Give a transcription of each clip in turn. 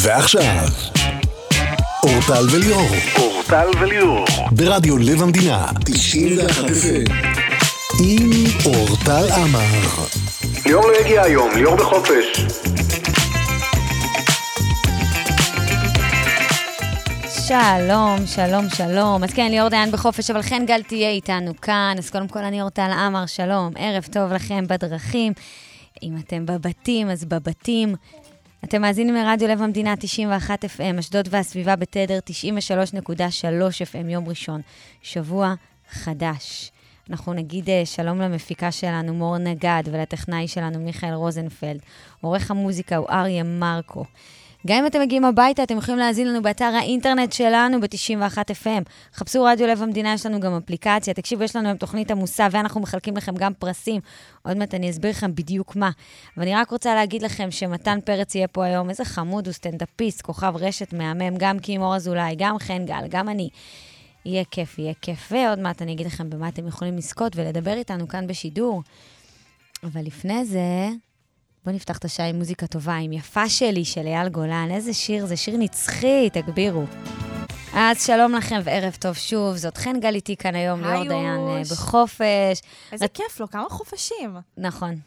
ועכשיו, אורטל וליאור. אורטל וליאור. ברדיו לב המדינה, 91 FM. עם אורטל עמר. ליאור לא הגיע היום, ליאור בחופש. שלום, שלום, שלום. אז כן, ליאור דיין בחופש, אבל חן גל תהיה איתנו כאן. אז קודם כל אני אורטל עמר, שלום. ערב טוב לכם בדרכים. אם אתם בבתים, אז בבתים. אתם מאזינים לרדיו לב המדינה 91 FM, אשדוד והסביבה בתדר 93.3 FM, יום ראשון, שבוע חדש. אנחנו נגיד שלום למפיקה שלנו, מור נגד, ולטכנאי שלנו, מיכאל רוזנפלד. עורך המוזיקה הוא אריה מרקו. גם אם אתם מגיעים הביתה, אתם יכולים להאזין לנו באתר האינטרנט שלנו ב-91 FM. חפשו רדיו לב המדינה, יש לנו גם אפליקציה. תקשיבו, יש לנו עם תוכנית עמוסה, ואנחנו מחלקים לכם גם פרסים. עוד מעט אני אסביר לכם בדיוק מה. אבל אני רק רוצה להגיד לכם שמתן פרץ יהיה פה היום. איזה חמוד, הוא סטנדאפיסט, כוכב רשת מהמם, גם קימור אזולאי, גם חן גל, גם אני. יהיה כיף, יהיה כיף. ועוד מעט אני אגיד לכם במה אתם יכולים לזכות ולדבר איתנו כאן בשידור. אבל לפני זה... בואו נפתח את השעה עם מוזיקה טובה, עם יפה שלי של אייל גולן. איזה שיר, זה שיר נצחי, תגבירו. אז שלום לכם וערב טוב שוב, זאת חן גל איתי כאן היום, ליאור דיין בחופש. איזה כיף לו, כמה חופשים. נכון.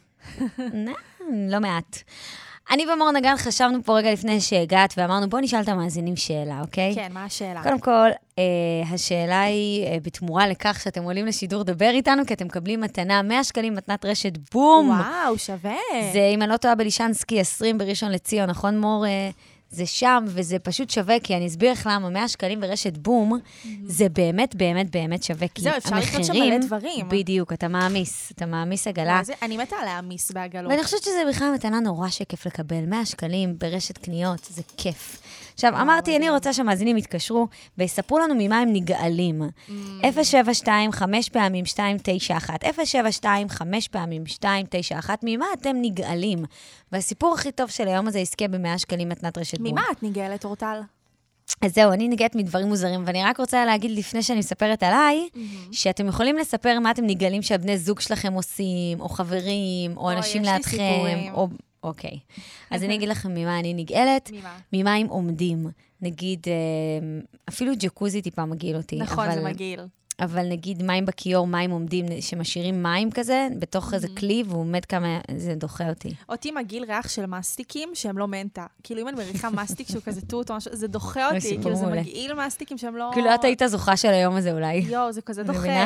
לא מעט. אני ומור נגן חשבנו פה רגע לפני שהגעת, ואמרנו בואו נשאל את המאזינים שאלה, אוקיי? כן, מה השאלה? קודם כל, השאלה היא בתמורה לכך שאתם עולים לשידור דבר איתנו, כי אתם מקבלים מתנה 100 שקלים מתנת רשת בום. וואו, שווה. זה, אם אני לא טועה, בלישנסקי 20 בראשון לציון, נכון מור? זה שם, וזה פשוט שווה, כי אני אסביר לך למה 100 שקלים ברשת בום, זה באמת, באמת, באמת שווה, כי זהו, אפשר לקנות שם מלא דברים. בדיוק, אתה מעמיס עגלה. אני מתה להעמיס בעגלות. ואני חושבת שזה בכלל מתנה נורא שכיף לקבל, 100 שקלים ברשת קניות, זה כיף. עכשיו, אמרתי, אני רוצה שהמאזינים יתקשרו, ויספרו לנו ממה הם נגאלים. 072 5 פעמים 291, 072 5 פעמים 291, ממה אתם נגאלים? והסיפור הכי טוב של היום הזה יזכה ב100 שקלים מתנת רשת בום. ממה את נגאלת, אורטל? אז זהו, אני נגעת מדברים מוזרים, ואני רק רוצה להגיד לפני שאני מספרת עליי, שאתם יכולים לספר מה אתם נגאלים שהבני זוג שלכם עושים, או חברים, או אנשים לידכם, או... אוקיי. אז אני אגיד לכם ממה אני נגאלת. ממה הם עומדים. נגיד, אפילו ג'קוזי טיפה מגעיל אותי. נכון, זה מגעיל. אבל נגיד מים בכיור, מים עומדים, שמשאירים מים כזה, בתוך איזה כלי, והוא עומד כמה, זה דוחה אותי. אותי מגעיל ריח של מסטיקים שהם לא מנטה. כאילו, אם אני מריחה מסטיק שהוא כזה טוט או משהו, זה דוחה אותי. כאילו, זה מגעיל מסטיקים שהם לא... כאילו, את היית זוכה של היום הזה אולי. יואו, זה כזה דוחה.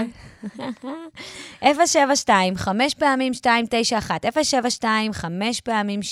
072, 5 פעמים 291, 072, 5 פעמים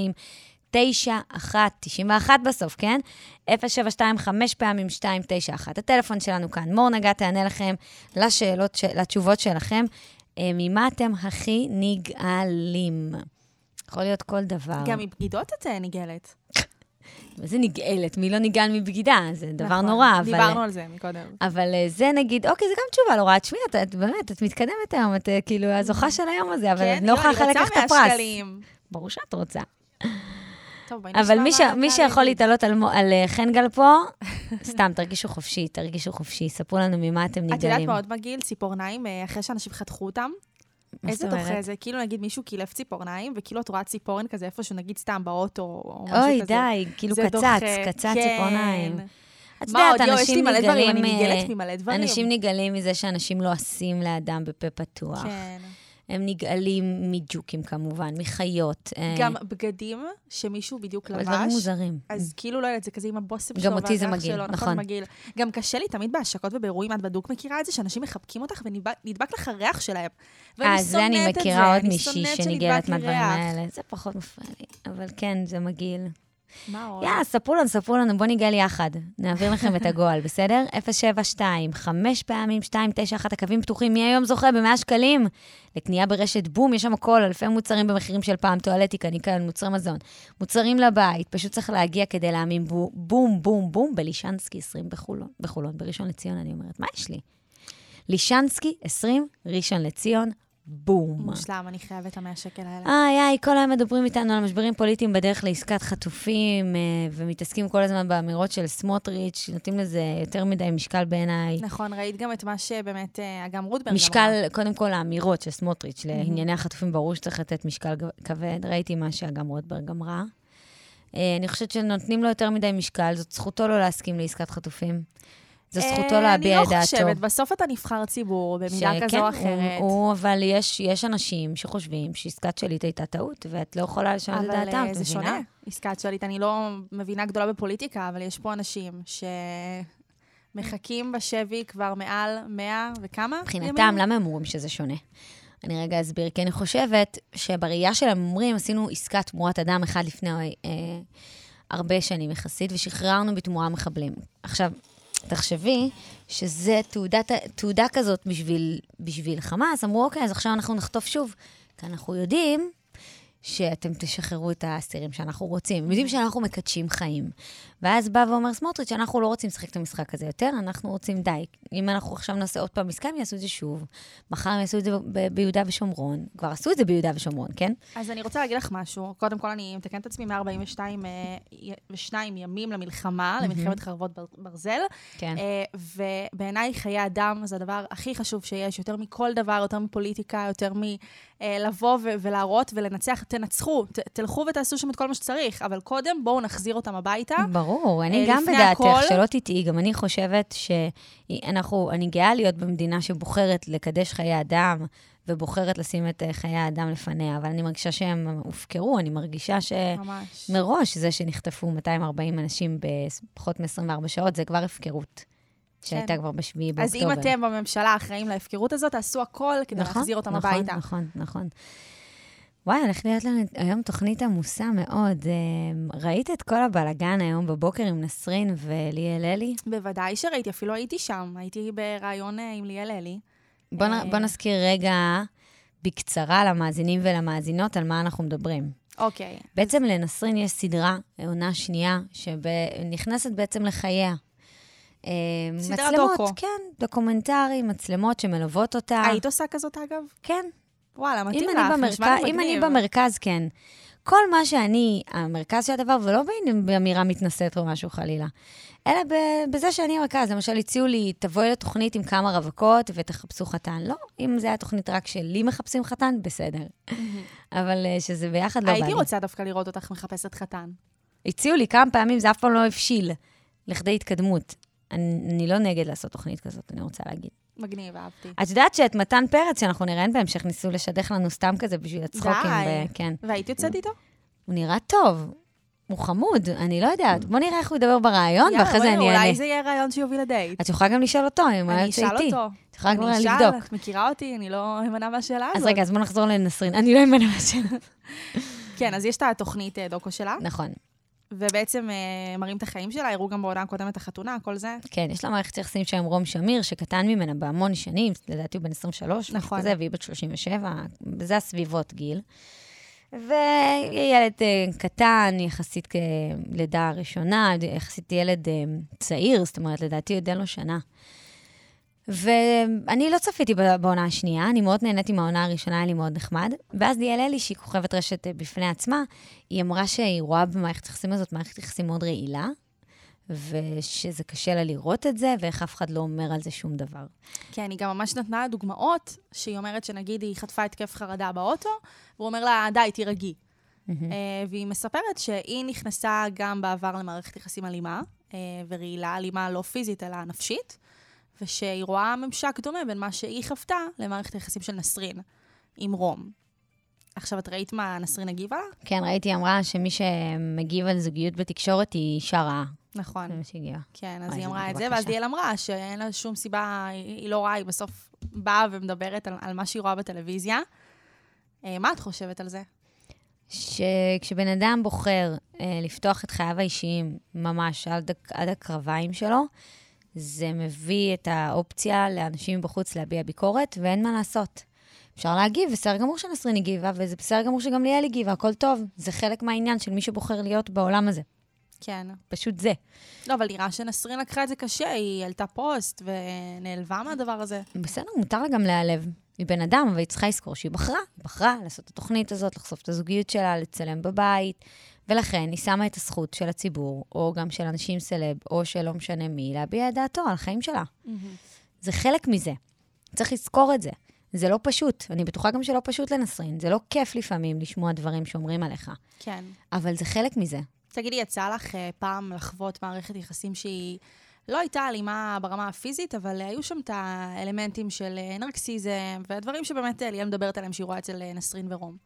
291, 91 בסוף, כן? 072, 5 פעמים 291. הטלפון שלנו כאן. מור נגע תענה לכם לשאלות, לתשובות שלכם. ממה אתם הכי נגאלים? יכול להיות כל דבר. גם מבגידות את נגאלת. זה נגאלת, מי לא נגאל מבגידה? זה דבר נורא. דיברנו על זה מקודם. אבל זה נגיד, אוקיי, זה גם תשובה לא רעה. תשמעי, באמת, את מתקדמת היום, את כאילו הזוכה של היום הזה, אבל אני לא יכולה לקחת את הפרס. ברור שאת רוצה. אבל מי שיכול להתעלות על חן גל פה, סתם, תרגישו חופשי, ספרו לנו ממה אתם נגאלים. את יודעת מאוד מגעיל, ציפורניים, אחרי שאנשים חתכו אותם? איזה דוחה זה? כאילו נגיד מישהו קילף ציפורניים, וכאילו את רואה ציפורן כזה איפשהו, נגיד סתם באוטו או משהו כזה. אוי, די, כאילו קצת ציפורניים. את יודעת, אנשים נגאלים מזה שאנשים לא עושים לאדם בפה פתוח. כן. הם נגאלים מג'וקים כמובן, מחיות. גם בגדים שמישהו בדיוק לבש. דברים מוזרים. אז כאילו לא יודעת, זה כזה עם הבוסם שלו. גם אותי זה מגעיל, נכון. גם קשה לי תמיד בהשקות ובאירועים, את בדוק מכירה את זה, שאנשים מחבקים אותך ונדבק לך ריח שלהם. זה אני מכירה עוד מישהי שנגאלת מהדברים האלה. זה פחות מפריע לי, אבל כן, זה מגעיל. ספרו לנו, בוא ניגע לי יחד. נעביר לכם את הגול, בסדר? 072, 5 פעמים 291, הקווים פתוחים. מי היום זוכה ב100 שקלים? לקנייה ברשת בום, יש שם הכל, אלפי מוצרים במחירים של פעם, טואלטיקה, ניקיון, מוצרי מזון. מוצרים לבית, פשוט צריך להגיע כדי להאמין בום, בום, בום, בלישנסקי 20 בחולון, בראשון לציון, אני אומרת, מה יש לי? לישנסקי 20, ראשון לציון, בום. מושלם, אני חייבת 100 שקל האלה. איי, כל היום מדברים איתנו על משברים פוליטיים בדרך לעסקת חטופים, ומתעסקים כל הזמן באמירות של סמוטריץ', נותנים לזה יותר מדי משקל בעיניי. נכון, ראית גם את מה שבאמת אגם רוטברג אמרה. משקל, קודם כל, האמירות של סמוטריץ', לענייני החטופים ברור שצריך לתת משקל כבד. ראיתי מה שאגם רוטברג אמרה. אני חושבת שנותנים לו יותר מדי משקל, זאת זכותו לא להסכים לעסקת חטופים. זו זכותו להביע את דעתו. אני לא חושבת, בסוף אתה נבחר ציבור, במידה כזו או אחרת. אבל יש אנשים שחושבים שעסקת שליט הייתה טעות, ואת לא יכולה לשנות את דעתם, אבל זה שונה. עסקת שליט, אני לא מבינה גדולה בפוליטיקה, אבל יש פה אנשים שמחכים בשבי כבר מעל 100 וכמה? מבחינתם, למה הם אומרים שזה שונה? אני רגע אסביר, כי אני חושבת שבראייה שלהם אומרים, עשינו עסקת תמורת אדם אחד לפני הרבה שנים יחסית, ושחררנו בתמורה מחבלים. עכשיו, תחשבי שזה תעודה כזאת בשביל חמאס, אמרו, אוקיי, אז עכשיו אנחנו נחטוף שוב. כי אנחנו יודעים שאתם תשחררו את האסירים שאנחנו רוצים. הם יודעים שאנחנו מקדשים חיים. ואז בא ואומר סמוטריץ' שאנחנו לא רוצים לשחק את המשחק הזה יותר, אנחנו רוצים די. אם אנחנו עכשיו נעשה עוד פעם עסקה, הם יעשו את זה שוב. מחר הם יעשו את זה ביהודה ושומרון. כבר עשו את זה ביהודה ושומרון, כן? אז אני רוצה להגיד לך משהו. קודם כל, אני מתקנת את עצמי 142 ימים למלחמה, למלחמת חרבות ברזל. כן. ובעיניי חיי אדם זה הדבר הכי חשוב שיש, יותר מכל דבר, יותר מפוליטיקה, יותר מלבוא ולהראות ולנצח. תנצחו, תלכו ותעשו שם את כל מה שצריך, אבל קודם בואו נחזיר אותם הביתה. ברור, אני גם בדעתך, שלא תטעי, גם אני חושבת אני גאה להיות במדינה שבוחרת לקדש חיי אדם, ובוחרת לשים את חיי האדם לפניה, אבל אני מרגישה שהם הופקרו, אני מרגישה שמראש זה שנחטפו 240 אנשים בפחות מ-24 שעות, זה כבר הפקרות. שהייתה כבר ב7 באוקטובר. אז אם אתם בממשלה אחראים להפקרות הזאת, תעשו הכל כדי להחזיר אותם הביתה. נכון. וואי, הולך להיות לנו היום תוכנית עמוסה מאוד. ראית את כל הבלגן היום בבוקר עם נסרין וליאל אלי? בוודאי שראיתי, אפילו הייתי שם. הייתי ברעיון עם ליאל אלי. בוא נזכיר רגע בקצרה למאזינים ולמאזינות על מה אנחנו מדברים. אוקיי. בעצם לנסרין יש סדרה, עונה שנייה, שנכנסת בעצם לחייה. סדרה דוקו. כן, דוקומנטרי, מצלמות שמלוות אותה. היית עושה כזאת אגב? כן. וואלה, מתאים לך, אם אני במרכז, כן. כל מה שאני, המרכז של הדבר, ולא באמירה מתנשאת או משהו חלילה, אלא בזה שאני המרכז. למשל, הציעו לי, תבואי לתוכנית עם כמה רווקות ותחפשו חתן. לא, אם זה היה תוכנית רק שלי מחפשים חתן, בסדר. אבל שזה ביחד לא בא לי. הייתי רוצה דווקא לראות אותך מחפשת חתן. הציעו לי כמה פעמים, זה אף פעם לא הבשיל לכדי התקדמות. אני לא נגד לעשות תוכנית כזאת, אני רוצה להגיד. מגניב, אהבתי. את יודעת שאת מתן פרץ, שאנחנו נראיין בהמשך, ניסו לשדך לנו סתם כזה בשביל הצחוקים. די. והיית יוצאת איתו? הוא נראה טוב. הוא חמוד, אני לא יודעת. בוא נראה איך הוא ידבר ברעיון, ואחרי זה אני אענה. אולי זה יהיה רעיון שיוביל לדייט. את יכולה גם לשאול אותו, אם היה יוצא איתי. אני אשאל אותו. את יכולה גם לבדוק. אני אשאל, את מכירה אותי, אני לא אמנה מהשאלה הזאת. אז רגע, אז בוא נחזור לנסרין. אני לא אמנה מהשאלה. כן, אז יש את התוכנית דוקו שלה. נכון. ובעצם מראים את החיים שלה, הראו גם בעונה הקודמת החתונה, כל זה. כן, יש לה מערכת יחסים שם רום שמיר, שקטן ממנה בהמון שנים, לדעתי הוא בן 23, נכון. כזה, והיא בת 37, זה הסביבות גיל. וילד קטן, יחסית לידה ראשונה, יחסית ילד צעיר, זאת אומרת, לדעתי עוד אין לו שנה. ואני לא צפיתי בעונה השנייה, אני מאוד נהניתי מהעונה הראשונה, היה לי מאוד נחמד. ואז ליאל אלי, שהיא כוכבת רשת בפני עצמה, היא אמרה שהיא רואה במערכת יחסים הזאת, מערכת יחסים מאוד רעילה, ושזה קשה לה לראות את זה, ואיך אף אחד לא אומר על זה שום דבר. כן, היא גם ממש נתנה דוגמאות, שהיא אומרת שנגיד היא חטפה התקף חרדה באוטו, והוא אומר לה, די, תירגעי. והיא מספרת שהיא נכנסה גם בעבר למערכת יחסים אלימה, ורעילה, אלימה לא פיזית, אלא נפשית, ושהיא רואה ממשק דומה בין מה שהיא חוותה למערכת היחסים של נסרין, עם רום. עכשיו, את ראית מה נסרין הגיבה? כן, ראיתי, אמרה שמי שמגיב על זוגיות בתקשורת היא אישה רעה. נכון. זה מה שהגיבה. כן, אז היא אמרה את זה, ואז ליאל אמרה שאין לה שום סיבה, היא לא רואה, היא בסוף באה ומדברת על מה שהיא רואה בטלוויזיה. מה את חושבת על זה? שכשבן אדם בוחר לפתוח את חייו האישיים ממש עד הקרביים שלו, זה מביא את האופציה לאנשים בחוץ להביע ביקורת, ואין מה לעשות. אפשר להגיב, בסדר גמור שנסרין הגיבה, וזה בסדר גמור שגם ליאל הגיבה, הכל טוב. זה חלק מהעניין של מי שבוחר להיות בעולם הזה. כן. פשוט זה. לא, אבל נראה שנסרין לקחה את זה קשה, היא העלתה פוסט ונעלבה מהדבר הזה. בסדר, מותר לה גם להיעלב. היא בן אדם, אבל היא צריכה לזכור שהיא בחרה לעשות את התוכנית הזאת, לחשוף את הזוגיות שלה, לצלם בבית, ולכן היא שמה את הזכות של הציבור, או גם של אנשים סלב, או שלא משנה מי, להביע את דעתו על החיים שלה. זה חלק מזה. צריך לזכור את זה. זה לא פשוט. אני בטוחה גם שלא פשוט לנסרין. זה לא כיף לפעמים לשמוע דברים שאומרים עליך. כן. אבל זה חלק מזה. תגידי, יצא לך פעם לחוות מערכת יחסים שהיא לא הייתה אלימה ברמה הפיזית, אבל היו שם את האלמנטים של נרקסיזם, והדברים שבאמת ליאל מדברת עליהם שהיא רואה אצל נסרין ורום.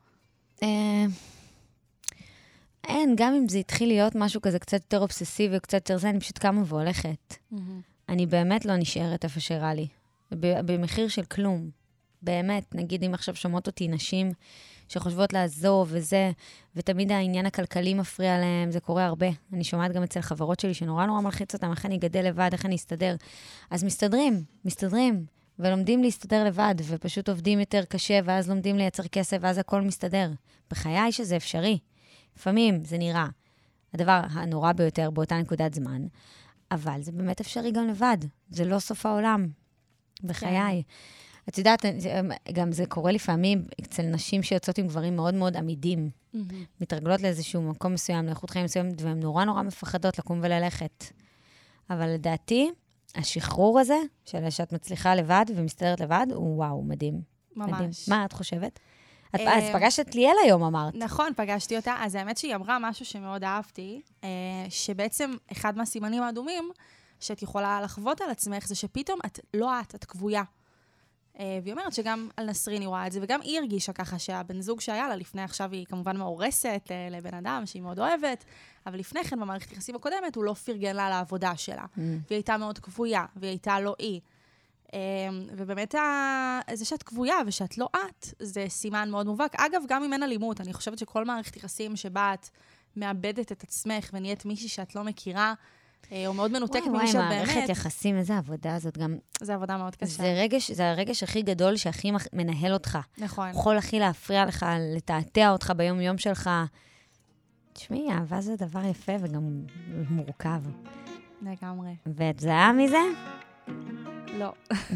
אין, גם אם זה התחיל להיות משהו כזה קצת יותר אובססיבי, קצת יותר זה, אני פשוט קמה והולכת. אני באמת לא נשארת איפה שרע לי. במחיר של כלום. באמת, נגיד אם עכשיו שומעות אותי נשים שחושבות לעזוב וזה, ותמיד העניין הכלכלי מפריע להם, זה קורה הרבה. אני שומעת גם אצל חברות שלי שנורא נורא מלחיץ אותם, איך אני אגדל לבד, איך אני אסתדר. אז מסתדרים, ולומדים להסתדר לבד, ופשוט עובדים יותר קשה, ואז לומדים לייצר כסף, ואז הכל מסתדר. בחיי שזה אפשרי. לפעמים זה נראה הדבר הנורא ביותר באותה נקודת זמן, אבל זה באמת אפשרי גם לבד. זה לא סוף העולם. בחיי. את יודעת, גם זה קורה לפעמים אצל נשים שיוצאות עם גברים מאוד מאוד עמידים. מתרגלות לאיזשהו מקום מסוים, לאיכות חיים מסוים, והן נורא נורא מפחדות לקום וללכת. אבל לדעתי, השחרור הזה, שאת מצליחה לבד ומסתדרת לבד, הוא וואו, מדהים. ממש. מדהים. מה את חושבת? אז פגשת ליאל היום, אמרת. נכון, פגשתי אותה. אז האמת שהיא אמרה משהו שמאוד אהבתי, שבעצם אחד מהסימנים האדומים, שאת יכולה לחוות על עצמך, זה שפתאום את לא את כבויה. והיא אומרת שגם על נסרין היא רואה את זה, וגם היא הרגישה ככה שהבן זוג שהיה לה לפני עכשיו היא כמובן מאורסת לבן אדם שהיא מאוד אוהבת, אבל לפני כן במערכת יחסים הקודמת הוא לא פרגן לה לעבודה שלה, והיא הייתה מאוד כבויה, והיא הייתה לא היא. ובאמת זה שאת כבויה ושאת לא את, זה סימן מאוד מובהק. אגב, גם אם אין אלימות, אני חושבת שכל מערכת יחסים שבה את מאבדת את עצמך ונהיית מישהי שאת לא מכירה, או מאוד מנותקת ממי שאת באמת. מערכת יחסים, איזה עבודה הזאת גם. זה עבודה מאוד קשה. זה הרגש הכי גדול שהכי מנהל אותך. נכון. יכול הכי להפריע לך, לתעתע אותך ביום-יום שלך. תשמעי, אהבה זה דבר יפה וגם מורכב. לגמרי. ואת זהה מזה? לא.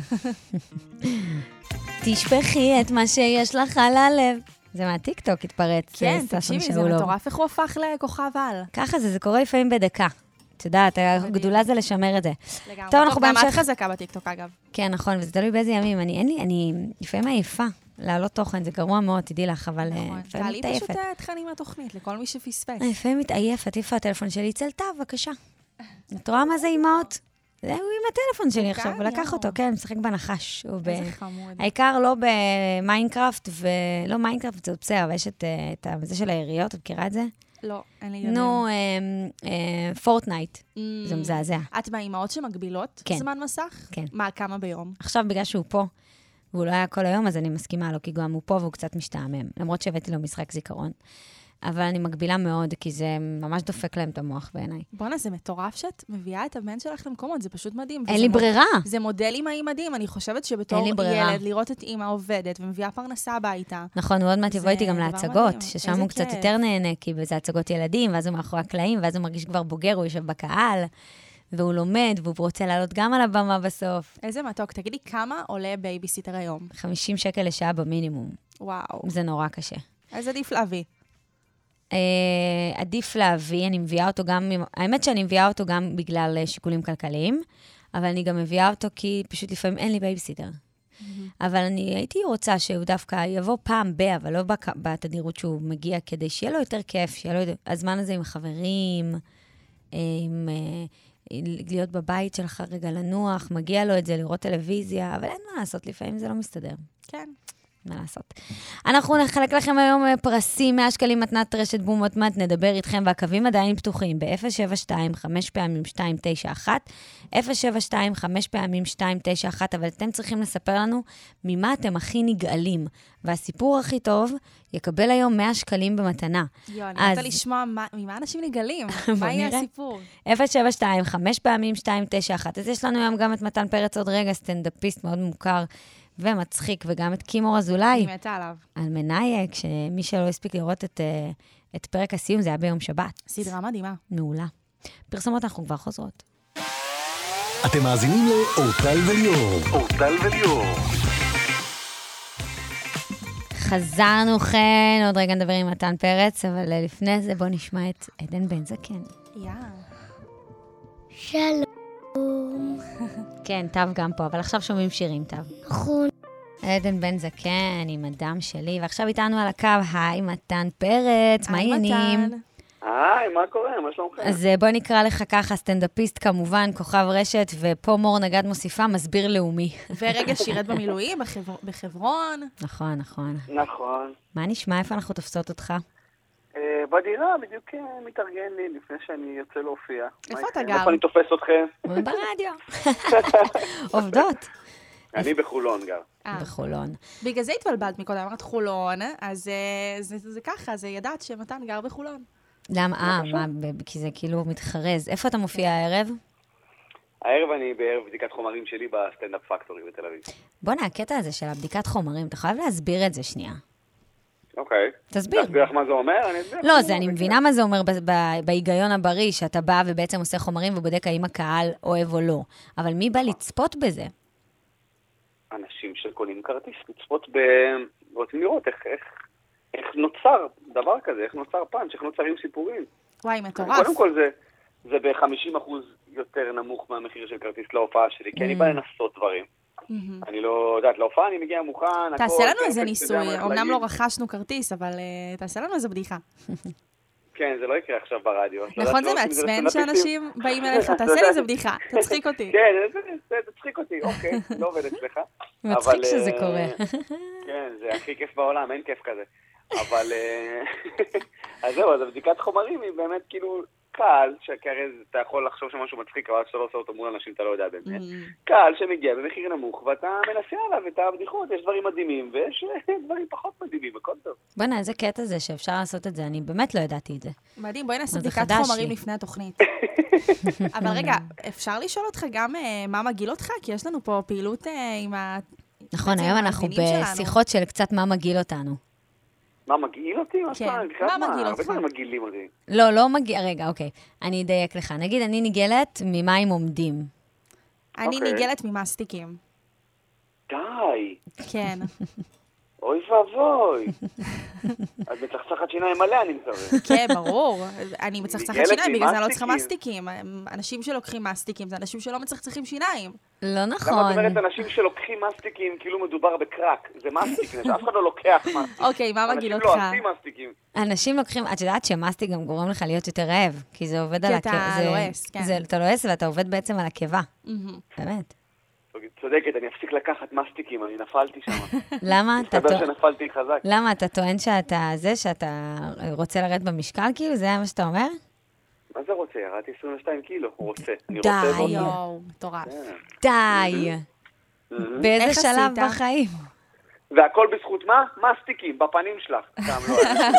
תשפכי את מה שיש לך על הלב. זה מהטיקטוק התפרץ. כן, תקשיבי, זה מטורף איך הוא הפך לכוכב על. ככה זה קורה לפעמים בדקה. את יודעת, הגדולה זה לשמר את זה. לגמרי. טוב, אנחנו גם בהמשך... את חזקה בטיקטוק, אגב. כן, נכון, וזה תלוי באיזה ימים. אני לפעמים עייפה להעלות תוכן, זה גרוע מאוד, תדעי לך, אבל לפעמים מתעייפת. תעלי פשוט תכנים מהתוכנית, לכל מי שפספס. לפעמים מתעייפת, איפה הטלפון שלי? צלתה, בבקשה. את רואה מה זה אימהות? הוא עם הטלפון שלי עכשיו, הוא לקח אותו, כן, משחק בנחש. איזה חמוד. העיקר לא במיינקראפט, ולא מיינקראפט, זה בסדר, אבל יש את זה של העיריות, את מכירה את זה? לא, אין לי גדול. נו, פורטנייט, זה מזעזע. את מהאימהות שמגבילות זמן מסך? כן. מה, כמה ביום? עכשיו, בגלל שהוא פה, והוא לא היה כל היום, אז אני מסכימה לו, כי גם הוא פה והוא קצת משתעמם. למרות שהבאתי לו משחק זיכרון. אבל אני מגבילה מאוד, כי זה ממש דופק להם את המוח בעיניי. בוא'נה, זה מטורף שאת מביאה את הבן שלך למקומות, זה פשוט מדהים. אין לי ברירה. זה מודל אמאי מדהים, אני חושבת שבתור ילד, לראות את אמא עובדת ומביאה פרנסה הביתה. נכון, הוא עוד מעט יבוא איתי גם להצגות, ששם הוא קצת יותר נהנה, כי זה הצגות ילדים, ואז הוא מאחורי הקלעים, ואז הוא מרגיש כבר בוגר, הוא יושב בקהל, והוא לומד, והוא רוצה לעלות גם על הבמה בסוף. איזה מתוק, תגידי, כמה עולה בייביסיטר היום? 50 שקל לשעה במינימום. וואו. זה נורא קשה. אז עדיף להביא. עדיף להביא, אני מביאה אותו גם, האמת שאני מביאה אותו גם בגלל שיקולים כלכליים, אבל אני גם מביאה אותו כי פשוט לפעמים אין לי בייביסיטר. אבל אני הייתי רוצה שהוא דווקא יבוא פעם אבל לא בתדירות שהוא מגיע, כדי שיהיה לו יותר כיף, שיהיה לו הזמן הזה עם החברים, להיות בבית שלך רגע לנוח, מגיע לו את זה, לראות טלוויזיה, אבל אין מה לעשות, לפעמים זה לא מסתדר. כן. מה לעשות. אנחנו נחלק לכם היום פרסים, 100 שקלים מתנת רשת בום עוד מעט, נדבר איתכם, והקווים עדיין פתוחים ב-072 5 פעמים 291, 072 5 פעמים 291, אבל אתם צריכים לספר לנו ממה אתם הכי נגאלים, והסיפור הכי טוב יקבל היום 100 שקלים במתנה. אני רוצה לשמוע ממה אנשים נגאלים, מה יהיה הסיפור? 072 5 פעמים 291, אז יש לנו היום גם את מתן פרץ עוד רגע, סטנדאפיסט מאוד מוכר, ומצחיק, וגם את קימור אזולאי. אני מתה עליו. על מנייק, שמי שלא הספיק לראות את פרק הסיום, זה היה ביום שבת. סדרה מדהימה. מעולה. פרסומות אנחנו כבר חוזרות. אתם מאזינים לאורטל וליאור. אורטל וליאור. חזרנו כן, עוד רגע נדבר עם מתן פרץ, אבל לפני זה בוא נשמע את עדן בן זקן. שלום. כן, טוב גם פה, אבל עכשיו שומעים שירים, טוב. נכון. עדן בן זקן עם הדם שלי, ועכשיו איתנו על הקו, היי מתן פרץ, מה העניינים? היי, מה קורה? מה שלומכם? אז בוא נקרא לך ככה, סטנדאפיסט כמובן, כוכב רשת, ופה מור נגד מוסיפה, מסביר לאומי. ורגע שירת במילואים בחברון. נכון, נכון. נכון. מה נשמע? איפה אנחנו תופסות אותך? בדירה, בדיוק מתארגן לי לפני שאני יוצא להופיע. איפה אתה גר? איפה אני תופס אתכם? ברדיו. עובדות. אני בחולון גר. בחולון. בגלל זה התבלבלת מקודם, אמרת חולון, אז זה ככה, זה ידעת שמתן גר בחולון. למה? כי זה כאילו מתחרז. איפה אתה מופיע הערב? הערב אני בערב בדיקת חומרים שלי בסטנדאפ פקטורי בתל אביב. בוא'נה, הקטע הזה של הבדיקת חומרים, אתה חייב להסביר את זה שנייה. אוקיי. תסביר. להסביר לך מה זה אומר? אני אסביר. לא, אני מבינה מה זה אומר בהיגיון הבריא, שאתה בא ובעצם עושה חומרים ובודק האם הקהל אוהב או לא. אבל מי בא לצפות בזה? אנשים שקונים כרטיס, רוצים לראות איך נוצר דבר כזה, איך נוצר פאנץ', איך נוצרים סיפורים. וואי, מטורף. קודם כל זה ב-50% יותר נמוך מהמחיר של כרטיס להופעה שלי, כי אני בא לנסות דברים. אני לא יודעת, להופעה אני מגיע מוכן. תעשה לנו איזה ניסוי, אמנם לא רכשנו כרטיס, אבל תעשה לנו איזה בדיחה. כן, זה לא יקרה עכשיו ברדיו. נכון, זה מעצבן שאנשים באים אליך, תעשה לי איזה בדיחה, תצחיק אותי. כן, זה תצחיק אותי, אוקיי, לא עובד אצלך. מצחיק שזה קורה. כן, זה הכי כיף בעולם, אין כיף כזה. אבל, אז זהו, אז הבדיקת חומרים היא באמת כאילו קהל, שכרי אתה יכול לחשוב שמשהו מצחיק, אבל שאתה לא עושה אותו מול אנשים, אתה לא יודע באמת. קהל שמגיע במחיר נמוך, ואתה מנסה עליו את הבדיחות, יש דברים מדהימים, ויש דברים פחות מדהימים, הכל טוב. בוא'נה, איזה קטע זה שאפשר לעשות את זה, אני באמת לא ידעתי את זה. מדהים, בואי נעשה בדיקת חומרים לפני התוכנית. אבל רגע, אפשר לשאול אותך גם מה מגיל אותך? כי יש לנו פה פעילות עם נכון, היום אנחנו בשיחות של קצת מה מגיל אותנו. מה מגעיל אותי? כן, מה מגעיל אותך? הרבה מגעילים אותי. לא מגיע, רגע, אוקיי. אני אדייק לך. נגיד, אני ניגלת ממים עומדים. אני ניגלת ממסטיקים. די. כן. אוי ואבוי. את מצחצחת שיניים מלא, אני מקווה. כן, ברור. אני מצחצחת שיניים, בגלל זה אני לא צריכה מסטיקים. אנשים שלוקחים מסטיקים, זה אנשים שלא מצחצחים שיניים. לא נכון. למה את אומרת אנשים שלוקחים מסטיקים כאילו מדובר בקרק? זה מסטיק, אף אחד לא לוקח מסטיק. אוקיי, מה מגיל אותך? אנשים לא עושים מסטיקים. אנשים לוקחים, את יודעת שמסטיק גם גורם לך להיות יותר רעב, כי זה עובד על כי אתה לועס, כן. אתה לועס ואתה עובד בעצם על הקיבה. באמת. צודקת, אני אפסיק לקחת מסטיקים, אני נפלתי שם. למה? מסתבר שנפלתי חזק. למה? אתה טוען שאתה רוצה לרדת במשקל, כאילו? זה מה שאתה אומר? מה זה רוצה? ירדתי 22 קילו, רוצה. די. יואו, מטורף. די. באיזה שלב בחיים? והכל בזכות מה? מסטיקים, בפנים שלך. סתם לא.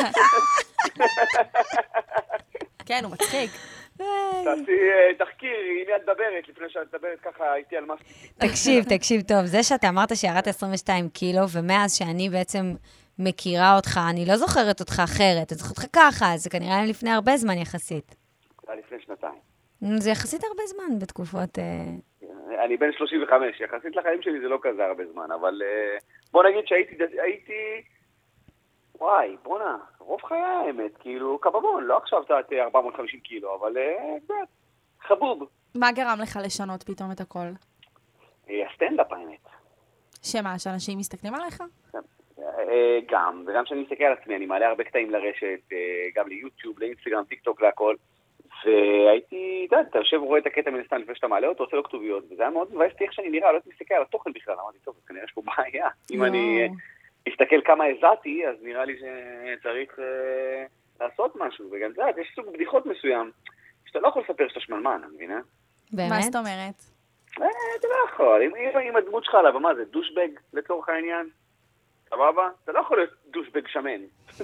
כן, הוא מצחיק. תעשי תחקיר, אם את מדברת, לפני שאת מדברת ככה איתי על מסטיקים. תקשיב טוב, זה שאתה אמרת שירדת 22 קילו, ומאז שאני בעצם מכירה אותך, אני לא זוכרת אותך אחרת, אני זוכרת אותך ככה, זה כנראה לפני הרבה זמן יחסית. זה לפני שנתיים. זה יחסית הרבה זמן בתקופות... אני בן 35, יחסית לחיים שלי זה לא כזה הרבה זמן, אבל בוא נגיד שהייתי... וואי, בונה, רוב חיי האמת, כאילו, קבבון, לא עכשיו תעת 450 קילו, אבל חבוב. מה גרם לך לשנות פתאום את הכל? הסטנדאפ האמת. שמה, שאנשים מסתכלים עליך? גם, וגם שאני מסתכל על עצמי, אני מעלה הרבה קטעים לרשת, גם ליוטיוב, לאינסטגרם, טיק טוק, להכל, והייתי, אתה יושב ורואה את הקטע מן הסתם לפני שאתה מעלה אותו, עושה לו כתוביות, וזה היה מאוד מבאס אותי איך שאני נראה, לא הייתי מסתכל על התוכן בכלל, אמרתי, טוב, כנראה יש פה בעיה. אם אני אסתכל כמה הזעתי, אז נראה לי שצריך לעשות משהו, וגם זה, יש סוג בדיחות מסוים, שאתה לא יכול לספר שאתה שמנמן, אני מבינה? באמת? מה זאת אומרת? אתה לא יכול, אם הדמות שלך עליו, מה זה, דושבג לצורך העניין? סבבה? אתה לא יכול להיות דושבג שמן.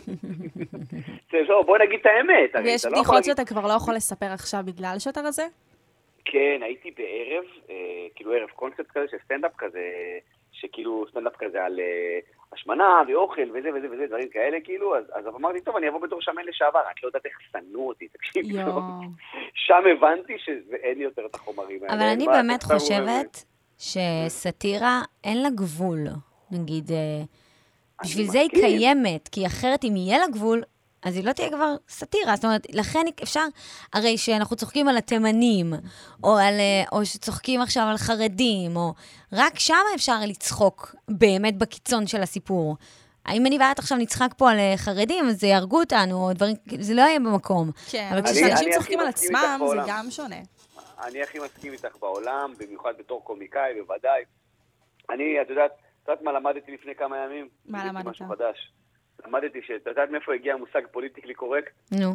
בוא נגיד את האמת. ויש בדיחות שאתה כבר לא יכול לספר עכשיו בגלל שאתה רזה? כן, הייתי בערב, כאילו ערב קונספט כזה של סטנדאפ כזה, שכאילו סטנדאפ כזה על השמנה ואוכל וזה וזה וזה, דברים כאלה כאילו, אז אמרתי, טוב, אני אבוא בתור שמן לשעבר, את לא יודעת איך שנאו אותי, תקשיב, שם הבנתי שאין לי יותר את החומרים האלה. אבל אני באמת חושבת שסטירה אין לה גבול, נגיד, בשביל זה היא קיימת, כי אחרת אם יהיה לה גבול, אז היא לא תהיה כבר סטירה, זאת אומרת, לכן אפשר, הרי שאנחנו צוחקים על התימנים, או שצוחקים עכשיו על חרדים, או רק שם אפשר לצחוק באמת בקיצון של הסיפור. אם אני ואת עכשיו נצחק פה על חרדים, אז זה יהרגו אותנו, או דברים, זה לא יהיה במקום. כן, אבל כשאנשים צוחקים על עצמם, זה גם שונה. אני הכי מסכים איתך בעולם, במיוחד בתור קומיקאי, בוודאי. את יודעת מה למדתי לפני כמה ימים? מה למדת? משהו חדש. למדתי שאת יודעת מאיפה הגיע המושג פוליטיקלי קורקט? נו.